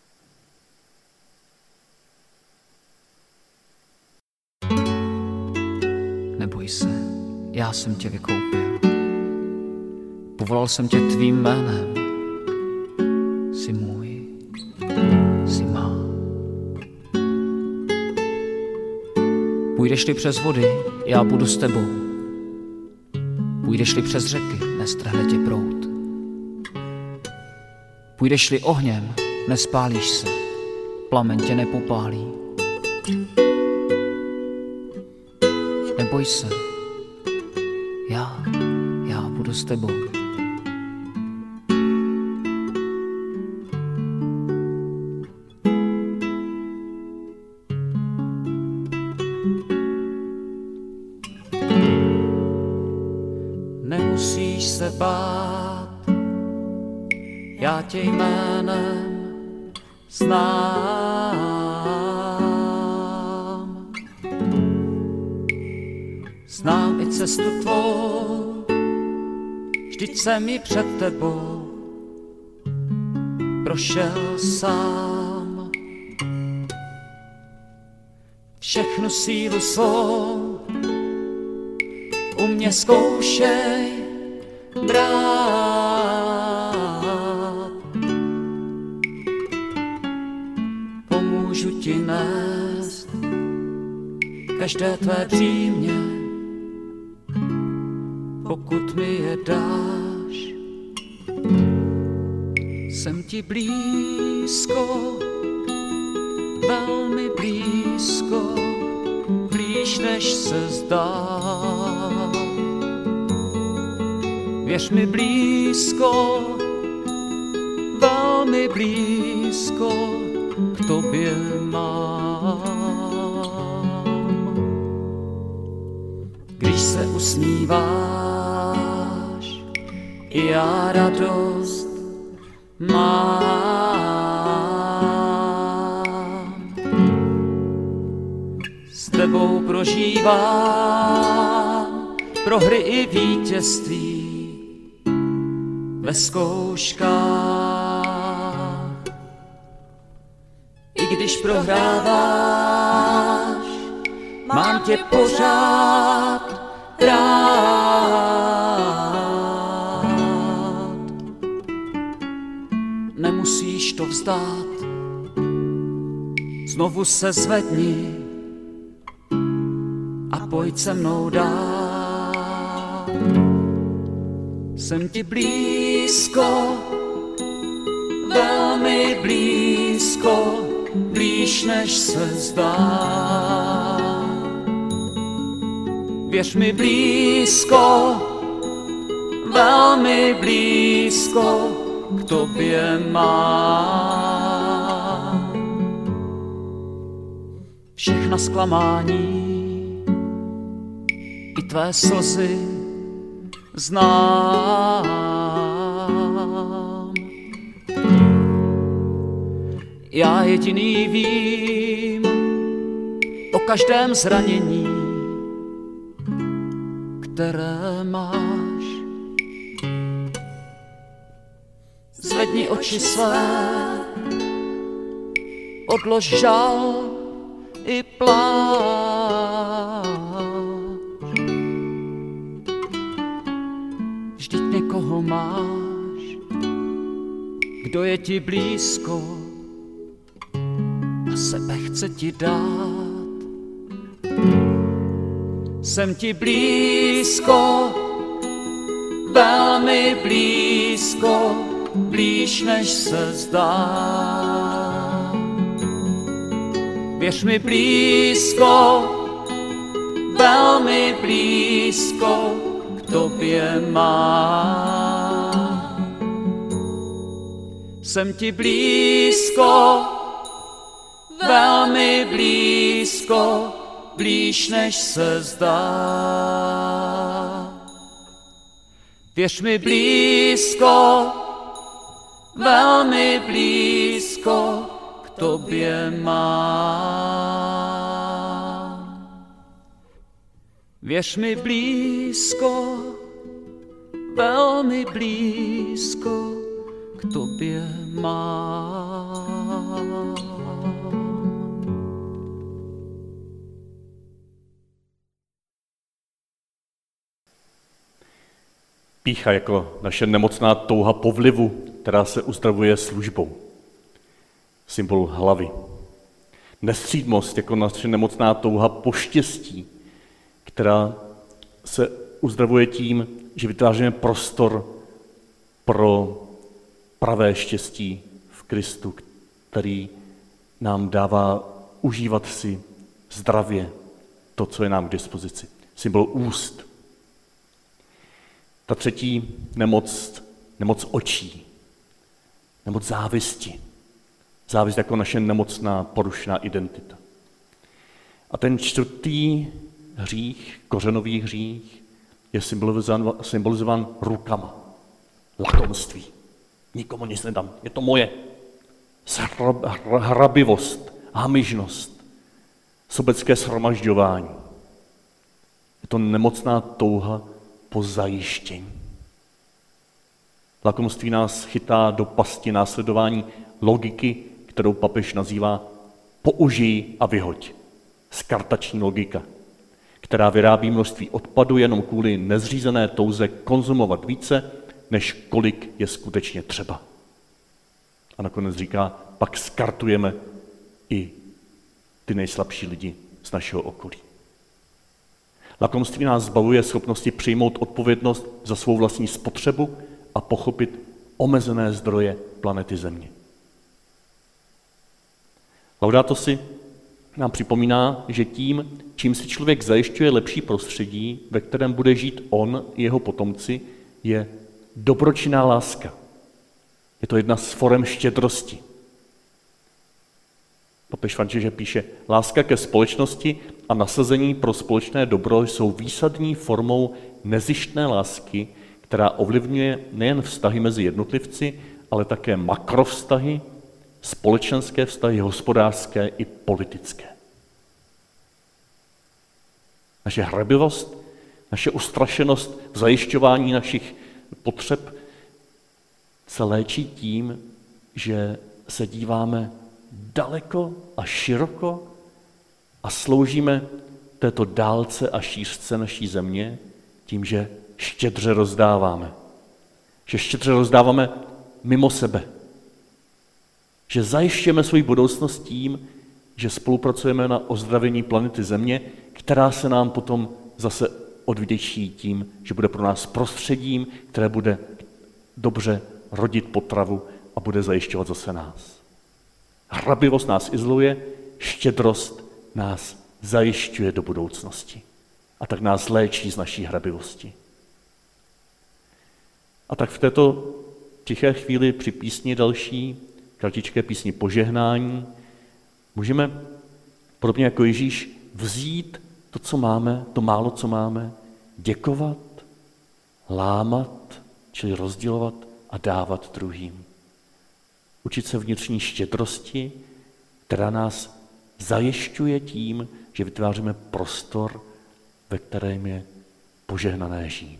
Neboj se, já jsem tě vykoupil. Povolal jsem tě tvým jménem. Jsi můj, jsi má. Půjdeš-li přes vody, já budu s tebou. Půjdeš-li přes řeky, nestrhne tě proud. Půjdeš-li ohněm, nespálíš se, plamen tě nepopálí. Neboj se, já, já budu s tebou. Nemusíš se bát, já tě jménem znám. Znám i cestu tvou, vždyť jsem ji před tebou prošel sám. Všechnu sílu svou u mě zkoušej brát. Pomůžu ti nést každé tvé břímě, pokud mi je dáš. Jsem ti blízko, velmi blízko, blíž než se zdá. Věř mi blízko, velmi blízko, k tobě mám. Když se usmíváš, i já radost mám. S tebou prožívám prohry i vítězství ve zkouškách. I když prohráváš, mám tě pořád rád. vzdát, znovu se zvedni a pojď se mnou dál. Jsem ti blízko, velmi blízko, blíž než se zdá. Věř mi blízko, velmi blízko, k tobě mám. Všechna zklamání i tvé slzy znám. Já jediný vím o každém zranění, které máš. Zvedni oči své, odlož žal i pláč. Vždyť někoho máš, kdo je ti blízko a sebe chce ti dát. Jsem ti blízko, velmi blízko, blíž než se zdá. Věř mi blízko, velmi blízko, k tobě mám. Jsem ti blízko, velmi blízko, blíž než se zdá. Věř mi blízko, velmi blízko, k tobě mám. Věř mi blízko, velmi blízko, k tobě mám. Pýcha jako naše nemocná touha po vlivu, která se uzdravuje službou. Symbol hlavy. Nestřídmost jako naše nemocná touha po štěstí, která se uzdravuje tím, že vytváříme prostor pro pravé štěstí v Kristu, který nám dává užívat si zdravě to, co je nám k dispozici. Symbol úst. Ta třetí nemoc, nemoc očí, nemoc závisti. Závist jako naše nemocná, porušená identita. A ten čtvrtý hřích, kořenový hřích, je symbolizován, symbolizován rukama. Lakomství. Nikomu nic nedám, je to moje. Hrabivost, hamižnost, sobecké shromažďování. Je to nemocná touha po zajištění. Lakomství nás chytá do pasti následování logiky, kterou papež nazývá použij a vyhoď. Skartační logika, která vyrábí množství odpadu jenom kvůli nezřízené touze konzumovat více, než kolik je skutečně třeba. A nakonec říká, pak skartujeme i ty nejslabší lidi z našeho okolí. Lakomství nás zbavuje schopnosti přijmout odpovědnost za svou vlastní spotřebu a pochopit omezené zdroje planety Země. Laudato si nám připomíná, že tím, čím si člověk zajišťuje lepší prostředí, ve kterém bude žít on i jeho potomci, je dobročinná láska. Je to jedna z forem štědrosti. Papež František píše, láska ke společnosti a nasazení pro společné dobro jsou výsadní formou nezištné lásky, která ovlivňuje nejen vztahy mezi jednotlivci, ale také makrovztahy, společenské vztahy, hospodářské i politické. Naše hrabivost, naše ustrašenost v zajišťování našich potřeb se léčí tím, že se díváme daleko a široko a sloužíme této dálce a šířce naší země tím, že štědře rozdáváme. Že štědře rozdáváme mimo sebe. Že zajišťujeme svou budoucnost tím, že spolupracujeme na ozdravění planety Země, která se nám potom zase odvděčí tím, že bude pro nás prostředím, které bude dobře rodit potravu a bude zajišťovat zase nás. Hrabivost nás izoluje, štědrost nás zajišťuje do budoucnosti. A tak nás léčí z naší hrabivosti. A tak v této tiché chvíli při písni další, kratičké písni Požehnání, můžeme, podobně jako Ježíš, vzít to, co máme, to málo, co máme, děkovat, lámat, čili rozdělovat a dávat druhým. Učit se vnitřní štědrosti, která nás zajišťuje tím, že vytváříme prostor, ve kterém je požehnané žít.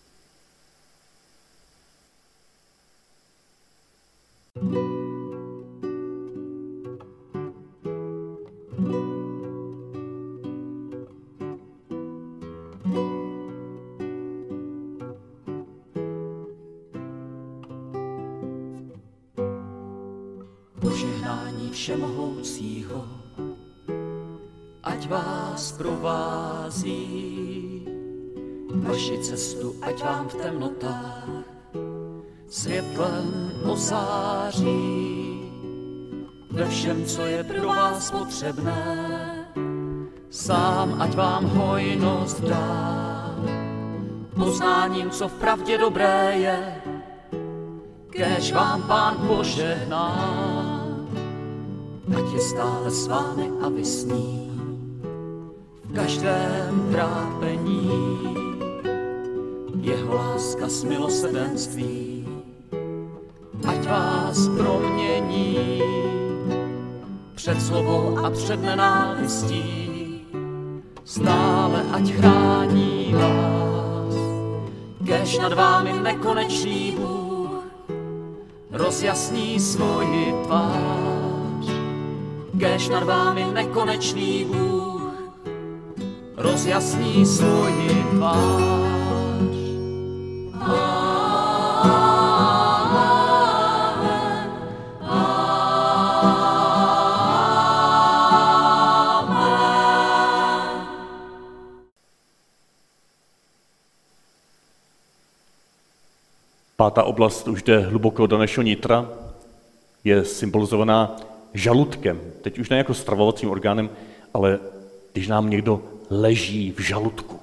Požehnání všemohoucího, ať vás provází, vaši cestu, ať vám v temnotách světlem ozáří. Ve všem, co je pro vás potřebné, sám ať vám hojnost dá. Poznáním, co v pravdě dobré je, kéž vám Pán požehná. Ať je stále s vámi a vy s ním v každém trápení. Jeho láska s milosrdenství ať vás promění. Před zlobou a před nenávistí stále ať chrání vás. Kéž nad vámi nekonečný Bůh rozjasní svoji tvář. Kéž nad vámi nekonečný Bůh rozjasní svoji tvář. Pátá oblast už jde hluboko do našeho nitra, je symbolizovaná žaludkem. Teď už ne jako stravovacím orgánem, ale když nám někdo leží v žaludku.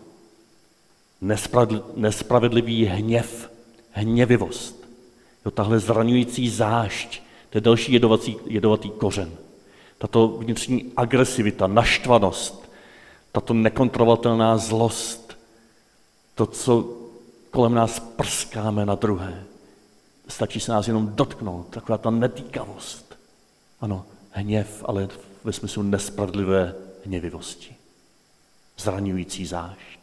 Nespravedlivý hněv, hněvivost. Jo, tahle zraňující zášť, to je další jedovatý, jedovatý kořen. Tato vnitřní agresivita, naštvanost, tato nekontrolovatelná zlost, to, co kolem nás prskáme na druhé. Stačí se nás jenom dotknout, taková ta netýkavost. Ano, hněv, ale ve smyslu nespravedlivé hněvivosti. Zraňující zášť.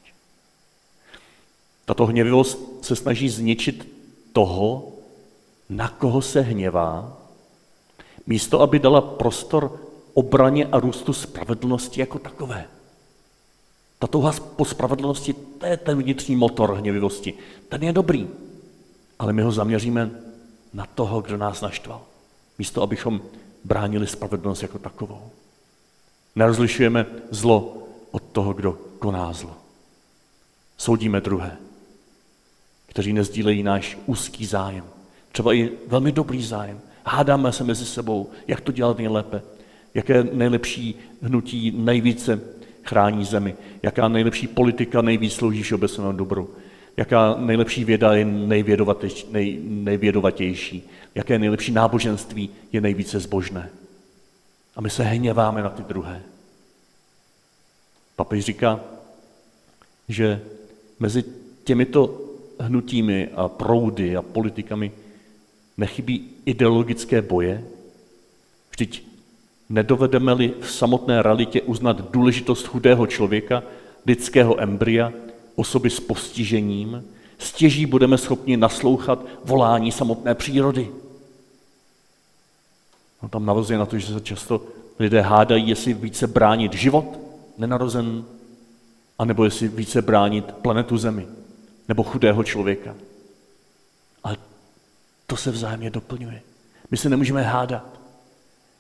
Tato hněvivost se snaží zničit toho, na koho se hněvá, místo aby dala prostor obraně a růstu spravedlnosti jako takové. Ta touha po spravedlnosti, to je ten vnitřní motor hněvivosti. Ten je dobrý, ale my ho zaměříme na toho, kdo nás naštval. Místo, abychom bránili spravedlnost jako takovou. Nerozlišujeme zlo od toho, kdo koná zlo. Soudíme druhé, kteří nezdílejí náš úzký zájem. Třeba i velmi dobrý zájem. Hádáme se mezi sebou, jak to dělat nejlépe, jaké nejlepší hnutí nejvíce chrání zemi, jaká nejlepší politika nejvíc slouží všeobecnému dobru, jaká nejlepší věda je nej, nejvědovatější, jaké nejlepší náboženství je nejvíce zbožné. A my se hněváme na ty druhé. Papež říká, že mezi těmito hnutími a proudy a politikami nechybí ideologické boje. Vždyť nedovedeme-li v samotné realitě uznat důležitost chudého člověka, lidského embrya, osoby s postižením, stěží budeme schopni naslouchat volání samotné přírody. No, tam navazuje na to, že se často lidé hádají, jestli více bránit život nenarozen, anebo jestli více bránit planetu Zemi, nebo chudého člověka. Ale to se vzájemně doplňuje. My se nemůžeme hádat.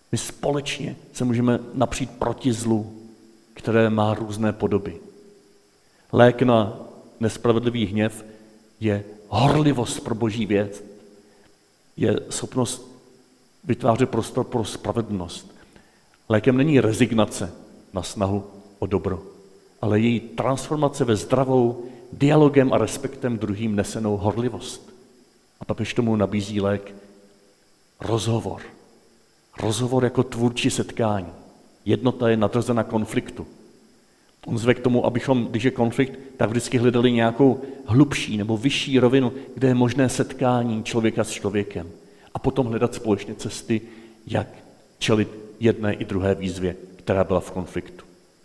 My společně se můžeme napřít proti zlu, které má různé podoby. Lék na nespravedlivý hněv je horlivost pro boží věc, je schopnost vytvářet prostor pro spravedlnost. Lékem není rezignace na snahu o dobro, ale její transformace ve zdravou, dialogem a respektem druhým nesenou horlivost. A papež tomu nabízí lék rozhovor. Rozhovor jako tvůrčí setkání. Jednota je nadřazena konfliktu. On zve k tomu, abychom, když je konflikt, tak vždycky hledali nějakou hlubší nebo vyšší rovinu, kde je možné setkání člověka s člověkem. A potom hledat společně cesty, jak čelit jedné i druhé výzvě, která byla v konfliktu.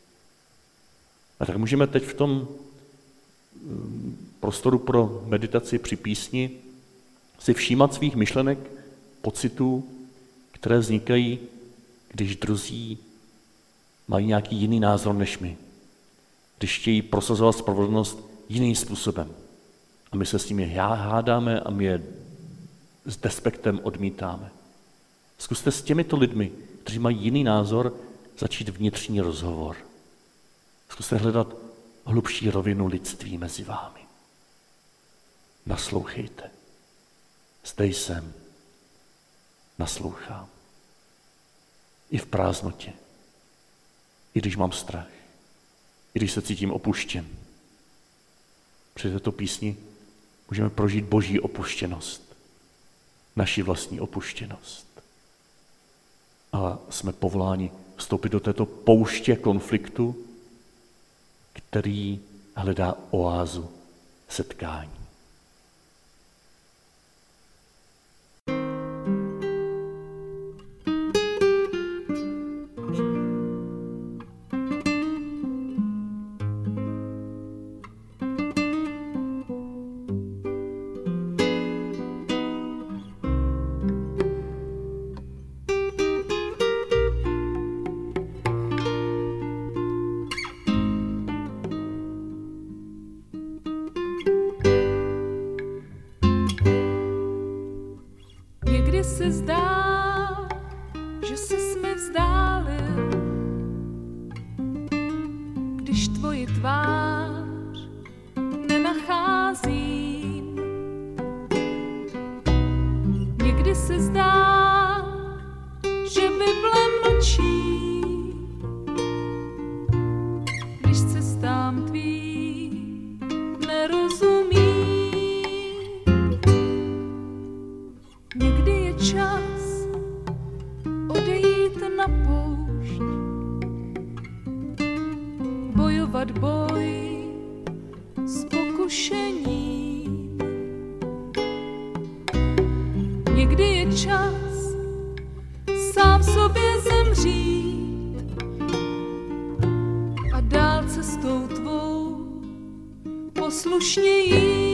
A tak můžeme teď v tom prostoru pro meditaci při písni si všímat svých myšlenek, pocitů, které vznikají, když druzí mají nějaký jiný názor než my. Když chtějí prosazovat spravedlnost jiným způsobem. A my se s nimi hádáme a my je s despektem odmítáme. Zkuste s těmito lidmi, kteří mají jiný názor, začít vnitřní rozhovor. Zkuste hledat hlubší rovinu lidství mezi vámi. Naslouchejte. Zde jsem. Naslouchám. I v prázdnotě. I když mám strach. I když se cítím opuštěn. Při této písni můžeme prožít boží opuštěnost. Naši vlastní opuštěnost. A jsme povoláni vstoupit do této pouště konfliktu, který hledá oázu setkání. Se zdá, že ses mi vzdálil, když tvoji tvář nenacházím. Někdy se zdá, že Bible mlčí, když cestám tvým nerozumí. Někdy je čas odejít na poušť, bojovat boj s pokušením. Někdy je čas sám sobě zemřít a dál cestou tvou poslušně jít.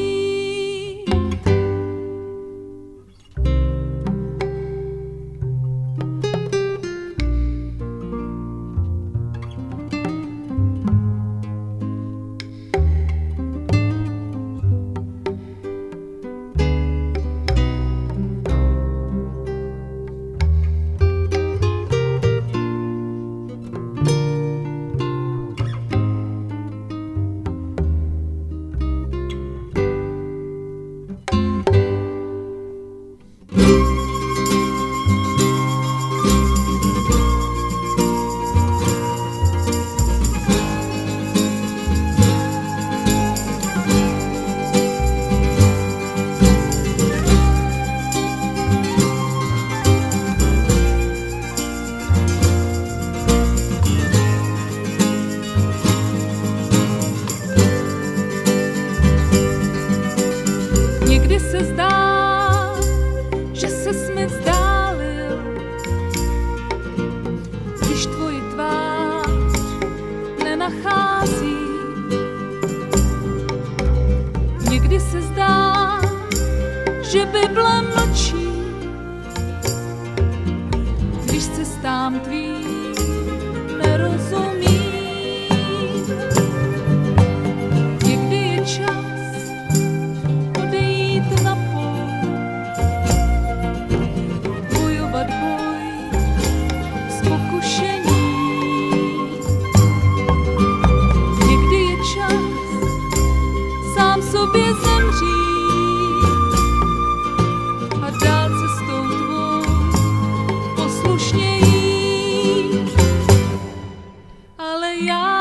sobě zemřít a dál cestou tvou poslušně jít. Ale já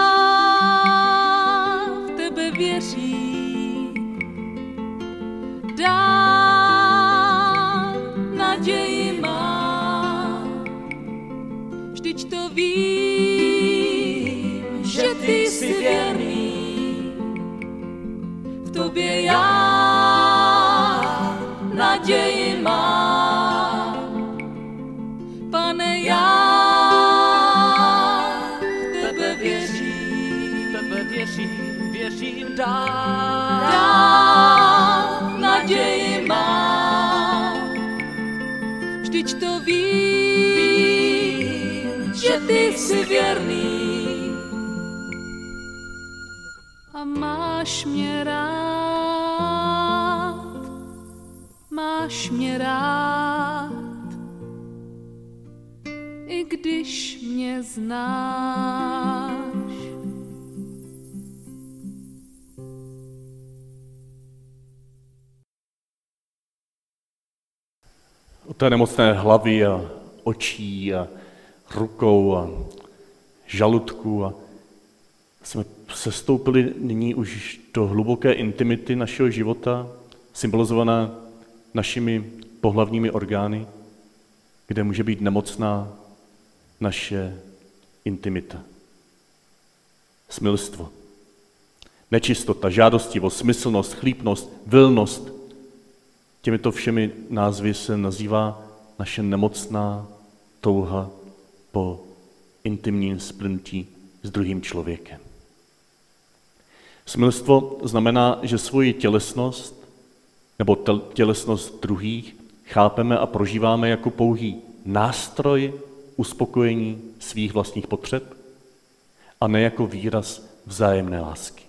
v tebe věřím, dál naději mám, vždyť to vím, že ty jsi věrný, v tobě já naději mám. Pane, já v tebe věřím, Tebe věřím, věřím dál. dál naději mám, vždyť to vím, že ty jsi věrný a máš mě rád, máš mě rád, i když mě znáš. Od té nemocné hlavy a očí a rukou a žaludku a jsme sestoupili nyní už do hluboké intimity našeho života, symbolizovaná našimi pohlavními orgány, kde může být nemocná naše intimita. Smilstvo, nečistota, žádostivost, smyslnost, chlípnost, vilnost. Těmito všemi názvy se nazývá naše nemocná touha po intimním splynutí s druhým člověkem. Smilstvo znamená, že svoji tělesnost nebo tělesnost druhých chápeme a prožíváme jako pouhý nástroj uspokojení svých vlastních potřeb a ne jako výraz vzájemné lásky.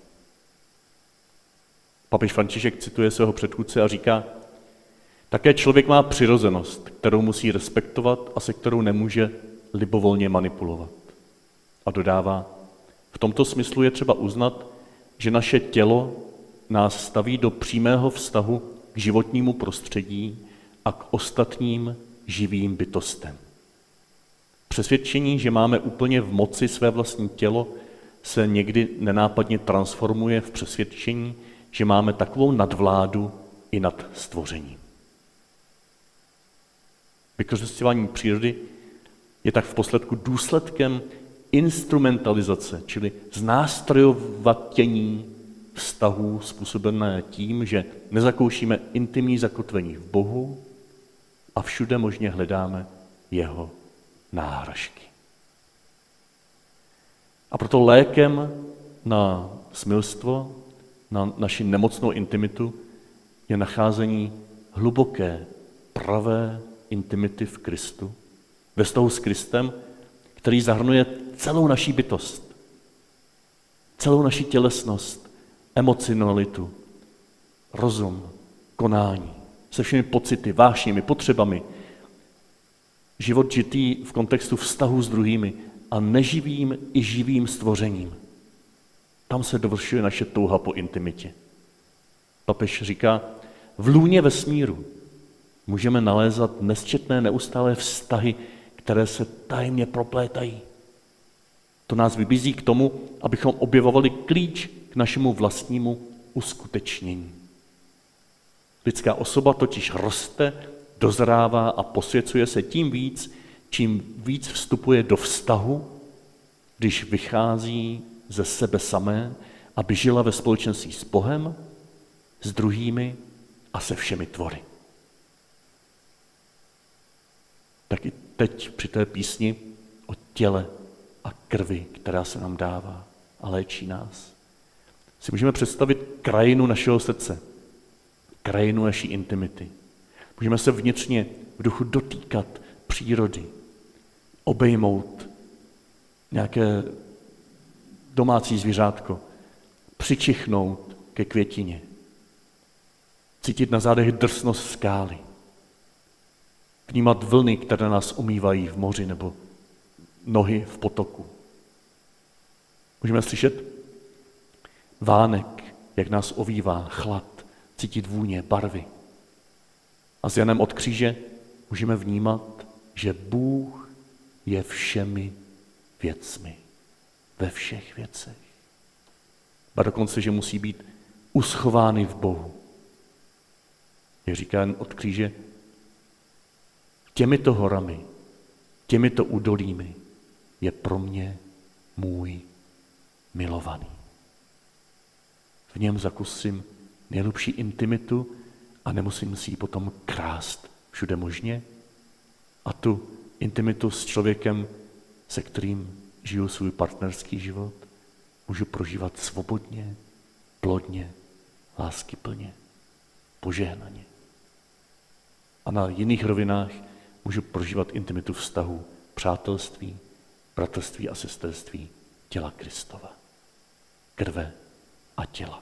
Papež František cituje svého předchůdce a říká, také člověk má přirozenost, kterou musí respektovat a se kterou nemůže libovolně manipulovat. A dodává, v tomto smyslu je třeba uznat, že naše tělo nás staví do přímého vztahu k životnímu prostředí a k ostatním živým bytostem. Přesvědčení, že máme úplně v moci své vlastní tělo, se někdy nenápadně transformuje v přesvědčení, že máme takovou nadvládu i nad stvořením. Vykořisťování přírody je tak v posledku důsledkem instrumentalizace, čili znástrojovatění vztahů způsobené tím, že nezakoušíme intimní zakotvení v Bohu a všude možně hledáme jeho náhražky. A proto lékem na smilstvo, na naši nemocnou intimitu je nacházení hluboké, pravé intimity v Kristu, ve vztahu s Kristem, který zahrnuje celou naší bytost, celou naši tělesnost, emocionalitu, rozum, konání, se všemi pocity, vášněmi, potřebami, život žitý v kontextu vztahu s druhými a neživým i živým stvořením. Tam se dovršuje naše touha po intimitě. Papež říká, v lůně vesmíru můžeme nalézat nesčetné neustálé vztahy, které se tajemně proplétají. To nás vybízí k tomu, abychom objevovali klíč k našemu vlastnímu uskutečnění. Lidská osoba totiž roste, dozrává a posvěcuje se tím víc, čím víc vstupuje do vztahu, když vychází ze sebe samé, aby žila ve společenství s Bohem, s druhými a se všemi tvory. Tak i teď při té písni o těle a krvi, která se nám dává a léčí nás, si můžeme představit krajinu našeho srdce, krajinu naší intimity. Můžeme se vnitřně v duchu dotýkat přírody, obejmout nějaké domácí zvířátko, přičichnout ke květině, cítit na zádech drsnost skály, vnímat vlny, které nás omývají v moři nebo nohy v potoku. Můžeme slyšet vánek, jak nás ovívá chlad, cítit vůně, barvy. A s Janem od kříže můžeme vnímat, že Bůh je všemi věcmi, ve všech věcech. A dokonce, že musí být uschovány v Bohu. Jak říká Jan od kříže, těmito horami, těmito údolími je pro mě můj milovaný. V něm zakusím nejlepší intimitu a nemusím si ji potom krást všude možně. A tu intimitu s člověkem, se kterým žiju svůj partnerský život, můžu prožívat svobodně, plodně, láskyplně, požehnaně. A na jiných rovinách můžu prožívat intimitu vztahu, přátelství, bratrství a sesterství těla Kristova, krve a těla.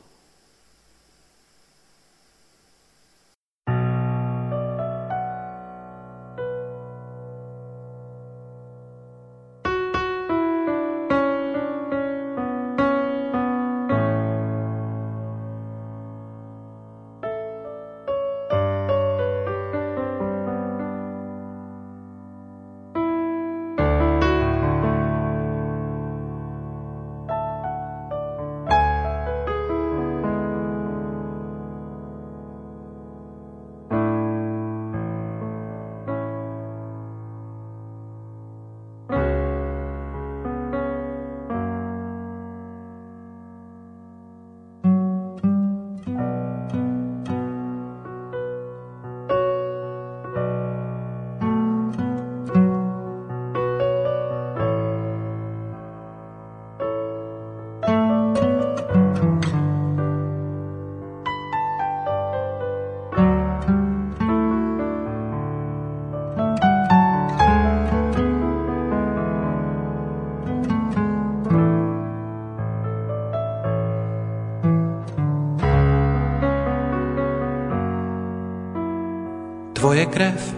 Tvoje krev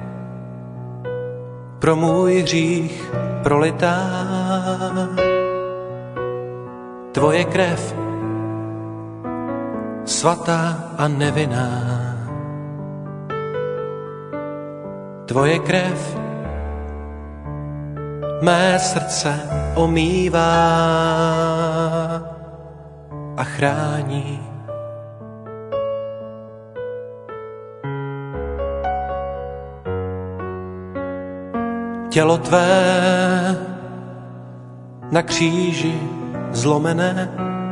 pro můj hřích prolitá. Tvoje krev svatá a nevinná. Tvoje krev mé srdce omývá a chrání. Tělo tvé na kříži zlomené,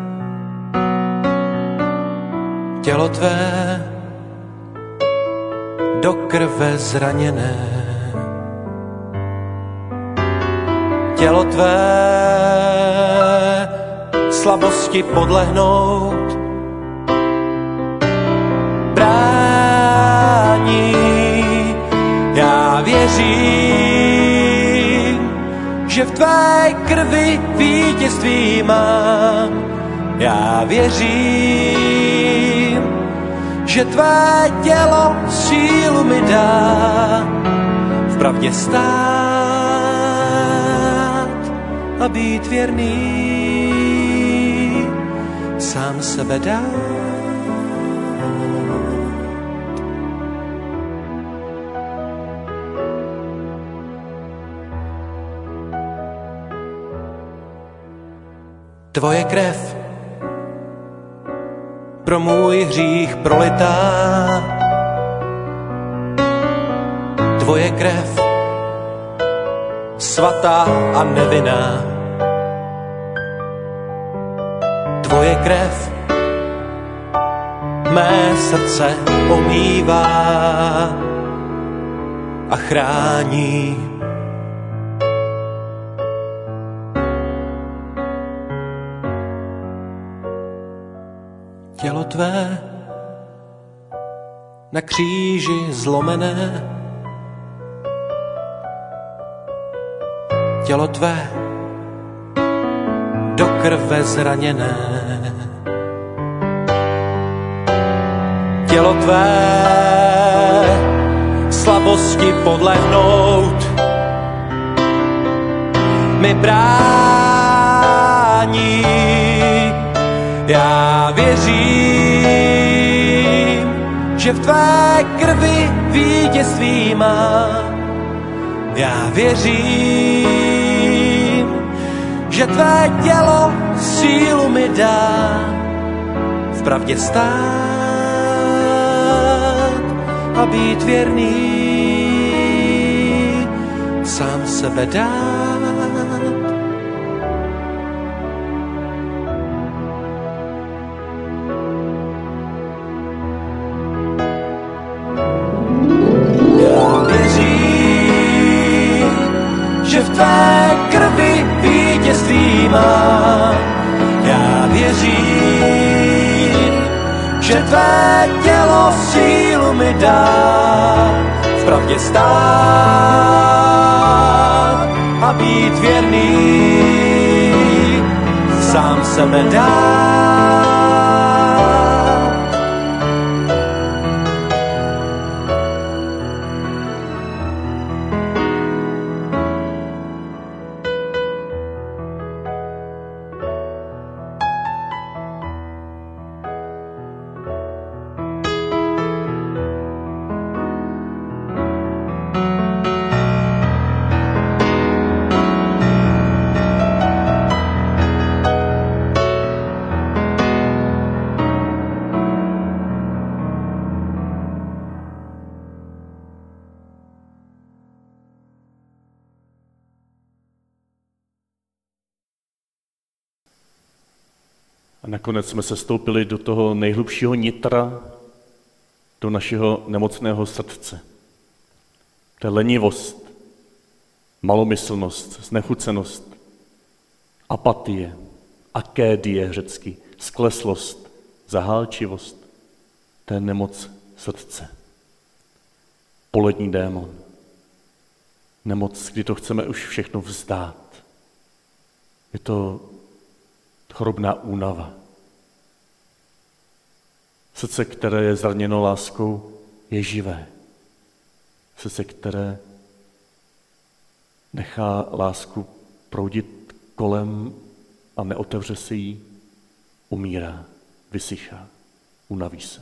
tělo tvé do krve zraněné, tělo tvé slabosti podlehnout brání. Já věřím, že v tvé krvi vítězství mám. Já věřím, že tvé tělo sílu mi dá v pravdě stát a být věrný, sám sebe dát. Tvoje krev pro můj hřích prolitá. Tvoje krev svatá a nevinná. Tvoje krev mé srdce omývá a chrání. Tělo tvé na kříži zlomené, tělo tvé do krve zraněné, tělo tvé slabosti podlehnout mi brání. Já věřím, že v tvé krvi vítězství mám. Já věřím, že tvé tělo sílu mi dá v pravdě stát a být věrný, sám sebe dát. Já věřím, že v tvé krvi vítězství mám. Já věřím, že tvé tělo sílu mi dá v pravdě stát a být věrný, sám sebe dát. A nakonec jsme se stoupili do toho nejhlubšího nitra, do našeho nemocného srdce. To je lenivost, malomyslnost, znechucenost, apatie, akédie řecky, skleslost, zahálčivost. To je nemoc srdce. Polední démon. Nemoc, kdy to chceme už všechno vzdát. Je to chorobná únava. Srdce, které je zraněno láskou, je živé. Srdce, které nechá lásku proudit kolem a neotevře si ji, umírá, vysychá, unaví se.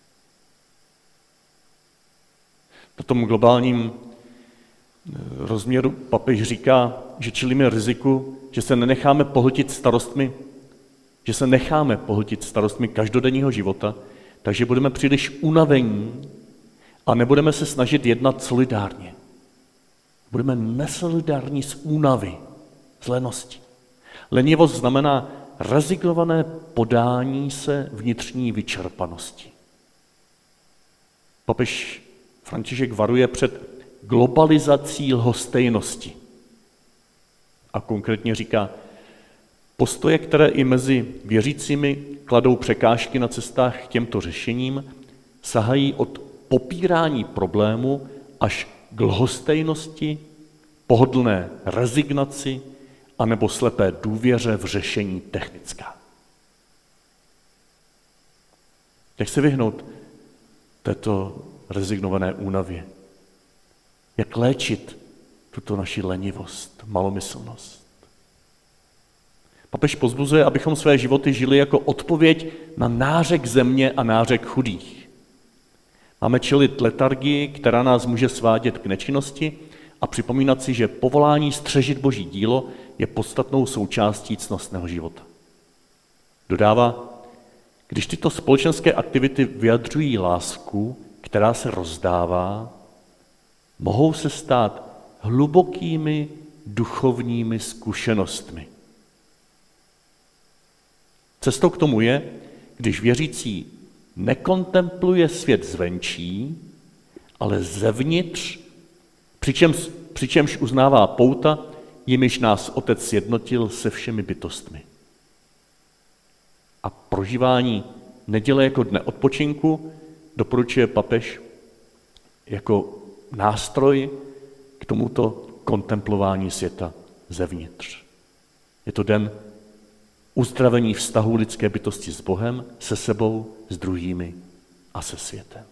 Na tom globálním rozměru papež říká, že čelíme riziku, že se nenecháme pohltit starostmi, že se necháme pohltit starostmi každodenního života, takže budeme příliš unavení a nebudeme se snažit jednat solidárně. Budeme nesolidární z únavy, z lenosti. Lenivost znamená rezignované podání se vnitřní vyčerpanosti. Papež František varuje před globalizací lhostejnosti. A konkrétně říká, postoje, které i mezi věřícími kladou překážky na cestách k těmto řešením, sahají od popírání problému až k lhostejnosti, pohodlné rezignaci anebo slepé důvěře v řešení technická. Jak se vyhnout této rezignované únavě? Jak léčit tuto naši lenivost, malomyslnost? Papež pozbuzuje, abychom své životy žili jako odpověď na nářek země a nářek chudých. Máme čelit letargii, která nás může svádět k nečinnosti a připomínat si, že povolání střežit Boží dílo je podstatnou součástí ctnostného života. Dodává, když tyto společenské aktivity vyjadřují lásku, která se rozdává, mohou se stát hlubokými duchovními zkušenostmi. Cestou k tomu je, když věřící nekontempluje svět zvenčí, ale zevnitř, přičemž, přičemž uznává pouta, jimiž nás Otec sjednotil se všemi bytostmi. A prožívání neděle jako dne odpočinku doporučuje papež jako nástroj k tomuto kontemplování světa zevnitř. Je to den uzdravení vztahu lidské bytosti s Bohem, se sebou, s druhými a se světem.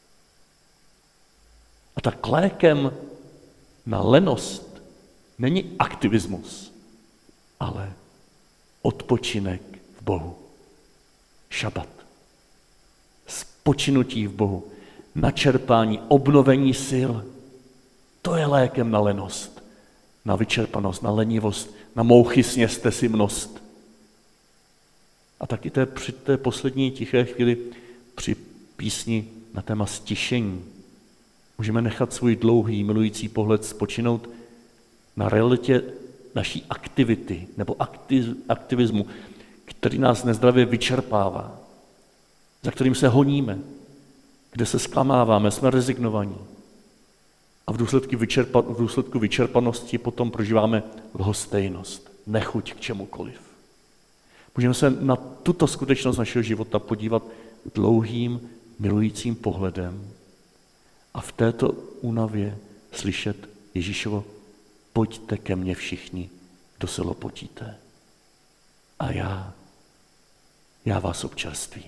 A tak lékem na lenost není aktivismus, ale odpočinek v Bohu. šabat. Spočinutí v Bohu, načerpání, obnovení sil. To je lékem na lenost, na vyčerpanost, na lenivost, na mouchysně stesimnost. A taky té, při té poslední tiché chvíli při písni na téma stišení můžeme nechat svůj dlouhý, milující pohled spočinout na realitě naší aktivity nebo aktivismu, který nás nezdravě vyčerpává, za kterým se honíme, kde se zklamáváme, jsme rezignovaní. A v důsledku, vyčerpa, v důsledku vyčerpanosti potom prožíváme lhostejnost, nechuť k čemukoliv. Můžeme se na tuto skutečnost našeho života podívat dlouhým, milujícím pohledem a v této únavě slyšet Ježíšovo: pojďte ke mně všichni, kdo se lopotíte. A já, já vás občerstvím.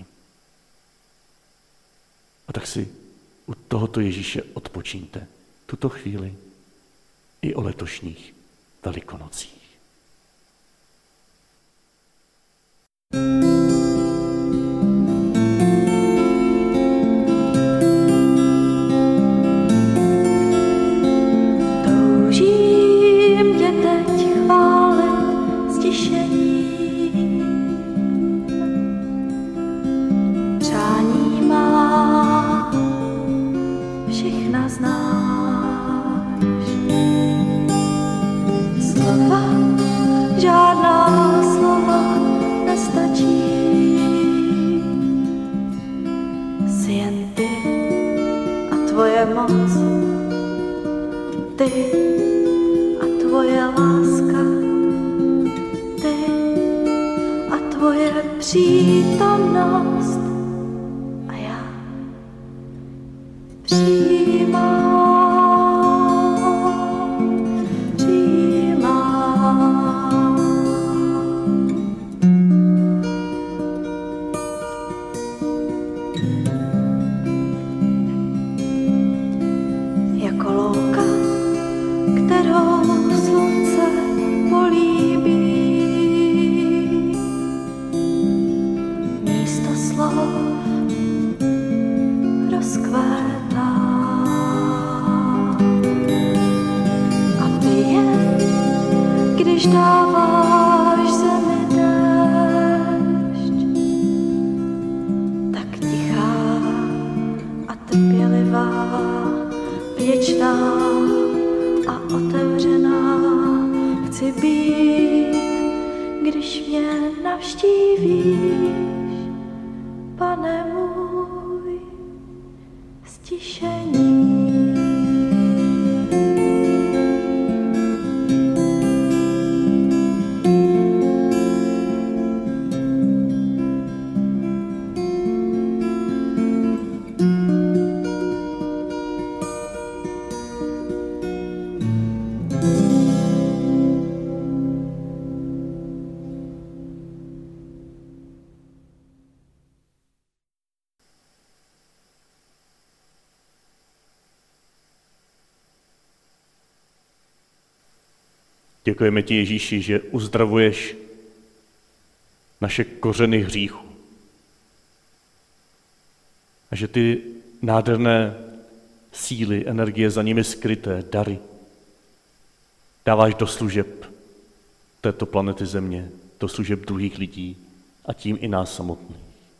A tak si u tohoto Ježíše odpočíňte tuto chvíli i o letošních Velikonocích. Toužím tě teď chválit stišení. Přání má všechna znáš. Slova, žádná slova nestačí. Jsi jen ty a tvoje moc, ty a tvoje láska, ty a tvoje přítomnost. A já přijímám, přijímám. Jako louka, kterou slunce políbí, místo slov rozkvétá. A ty jen, když dáváš zemi déšť, tak tichá a trpělivá, věčná a otevřená chci být, když mě navštívíš, Pane můj, stišení. Děkujeme ti, Ježíši, že uzdravuješ naše kořeny hříchu. A že ty nádherné síly, energie, za nimi skryté dary dáváš do služeb této planety Země, do služeb druhých lidí a tím i nás samotných.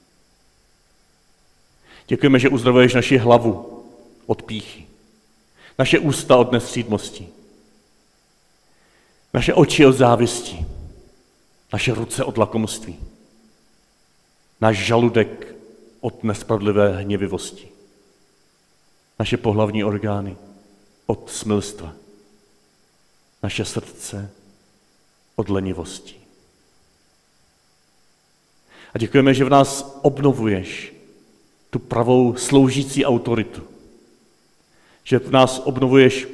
Děkujeme, že uzdravuješ naši hlavu od pýchy, naše ústa od nestřídmosti, naše oči od závisti, naše ruce od lakomství, náš žaludek od nespravedlivé hněvivosti, naše pohlavní orgány od smilstva, naše srdce od lenivosti. A děkujeme, že v nás obnovuješ tu pravou sloužící autoritu, že v nás obnovuješ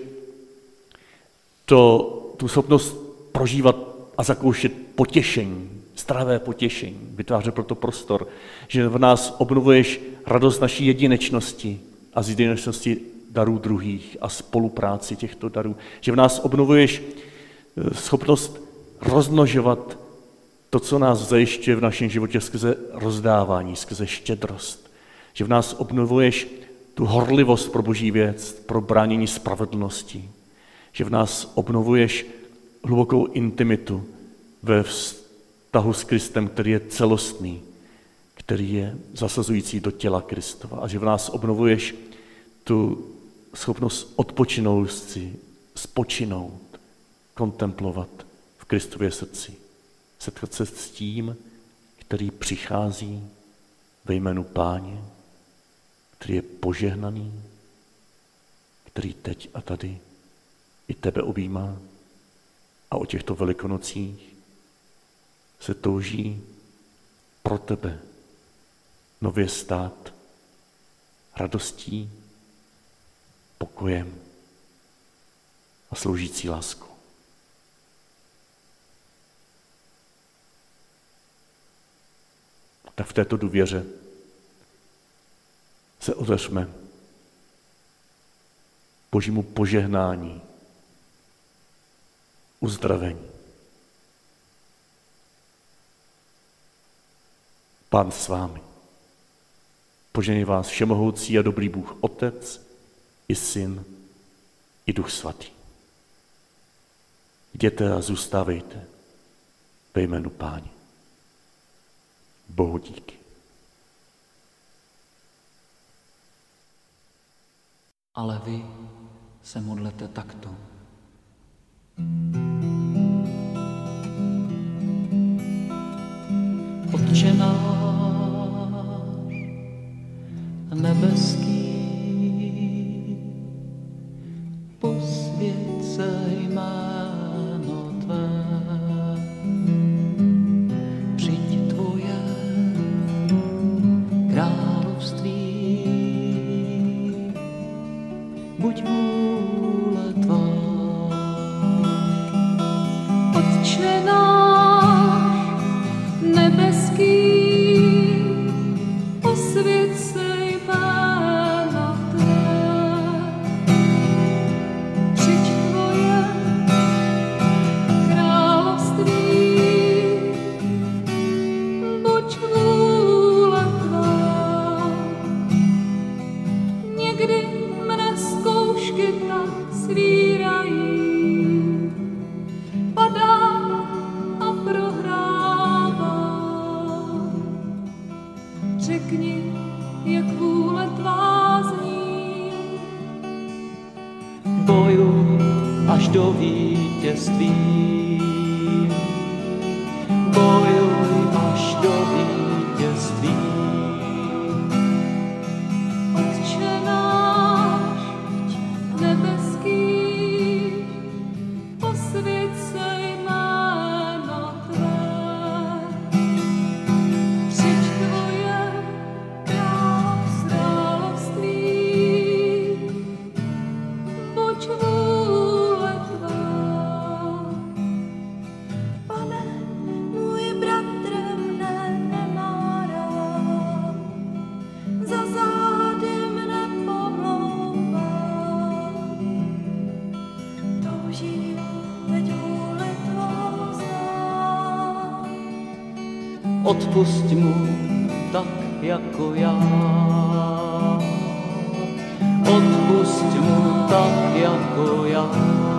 to, tu schopnost prožívat a zakoušet potěšení, zdravé potěšení, vytvářet proto prostor, že v nás obnovuješ radost naší jedinečnosti a z jedinečnosti darů druhých a spolupráci těchto darů, že v nás obnovuješ schopnost rozmnožovat to, co nás zajišťuje v našem životě skrze rozdávání, skrze štědrost. Že v nás obnovuješ tu horlivost pro boží věc, pro bránění spravedlnosti. Že v nás obnovuješ hlubokou intimitu ve vztahu s Kristem, který je celostný, který je zasazující do těla Kristova. A že v nás obnovuješ tu schopnost odpočinout si, spočinout, kontemplovat v Kristově srdci. Setkat se s tím, který přichází ve jménu Páně, který je požehnaný, který teď a tady i tebe objímá. A o těchto velikonocích se touží pro tebe nově stát radostí, pokojem a sloužící láskou. Tak v této důvěře se otevřme božímu požehnání, uzdravení. Pán s vámi. Požehnej vás všemohoucí a dobrý Bůh, Otec i Syn i Duch Svatý. Jděte a zůstávejte ve jménu Páně. Bohu díky. Ale vy se modlete takto. Otče náš nebeský, posvěť se jméno Tvé, přijď Tvoje království, buď vůle Tvá. Otče náš nebeský, posvěť se jméno Tvé, přijď Tvoje království, buď vůle Tvá. Někdy mne zkoušky tak svírají, padám a prohrávám. Řekni, jak vůle Tvá zní. Bojuj až do vítězství. Bojuj až do vítězství. Otče náš nebeský, posvěť se jméno Tvé, přijď Tvoje království, buď vůle Tvá. Pane, můj bratr mne nemá rád, za zády mne pomlouvá. Touží, veď vůli Tvou znám. Odpusť mu tak jako já. Odpusť mu tak jako já.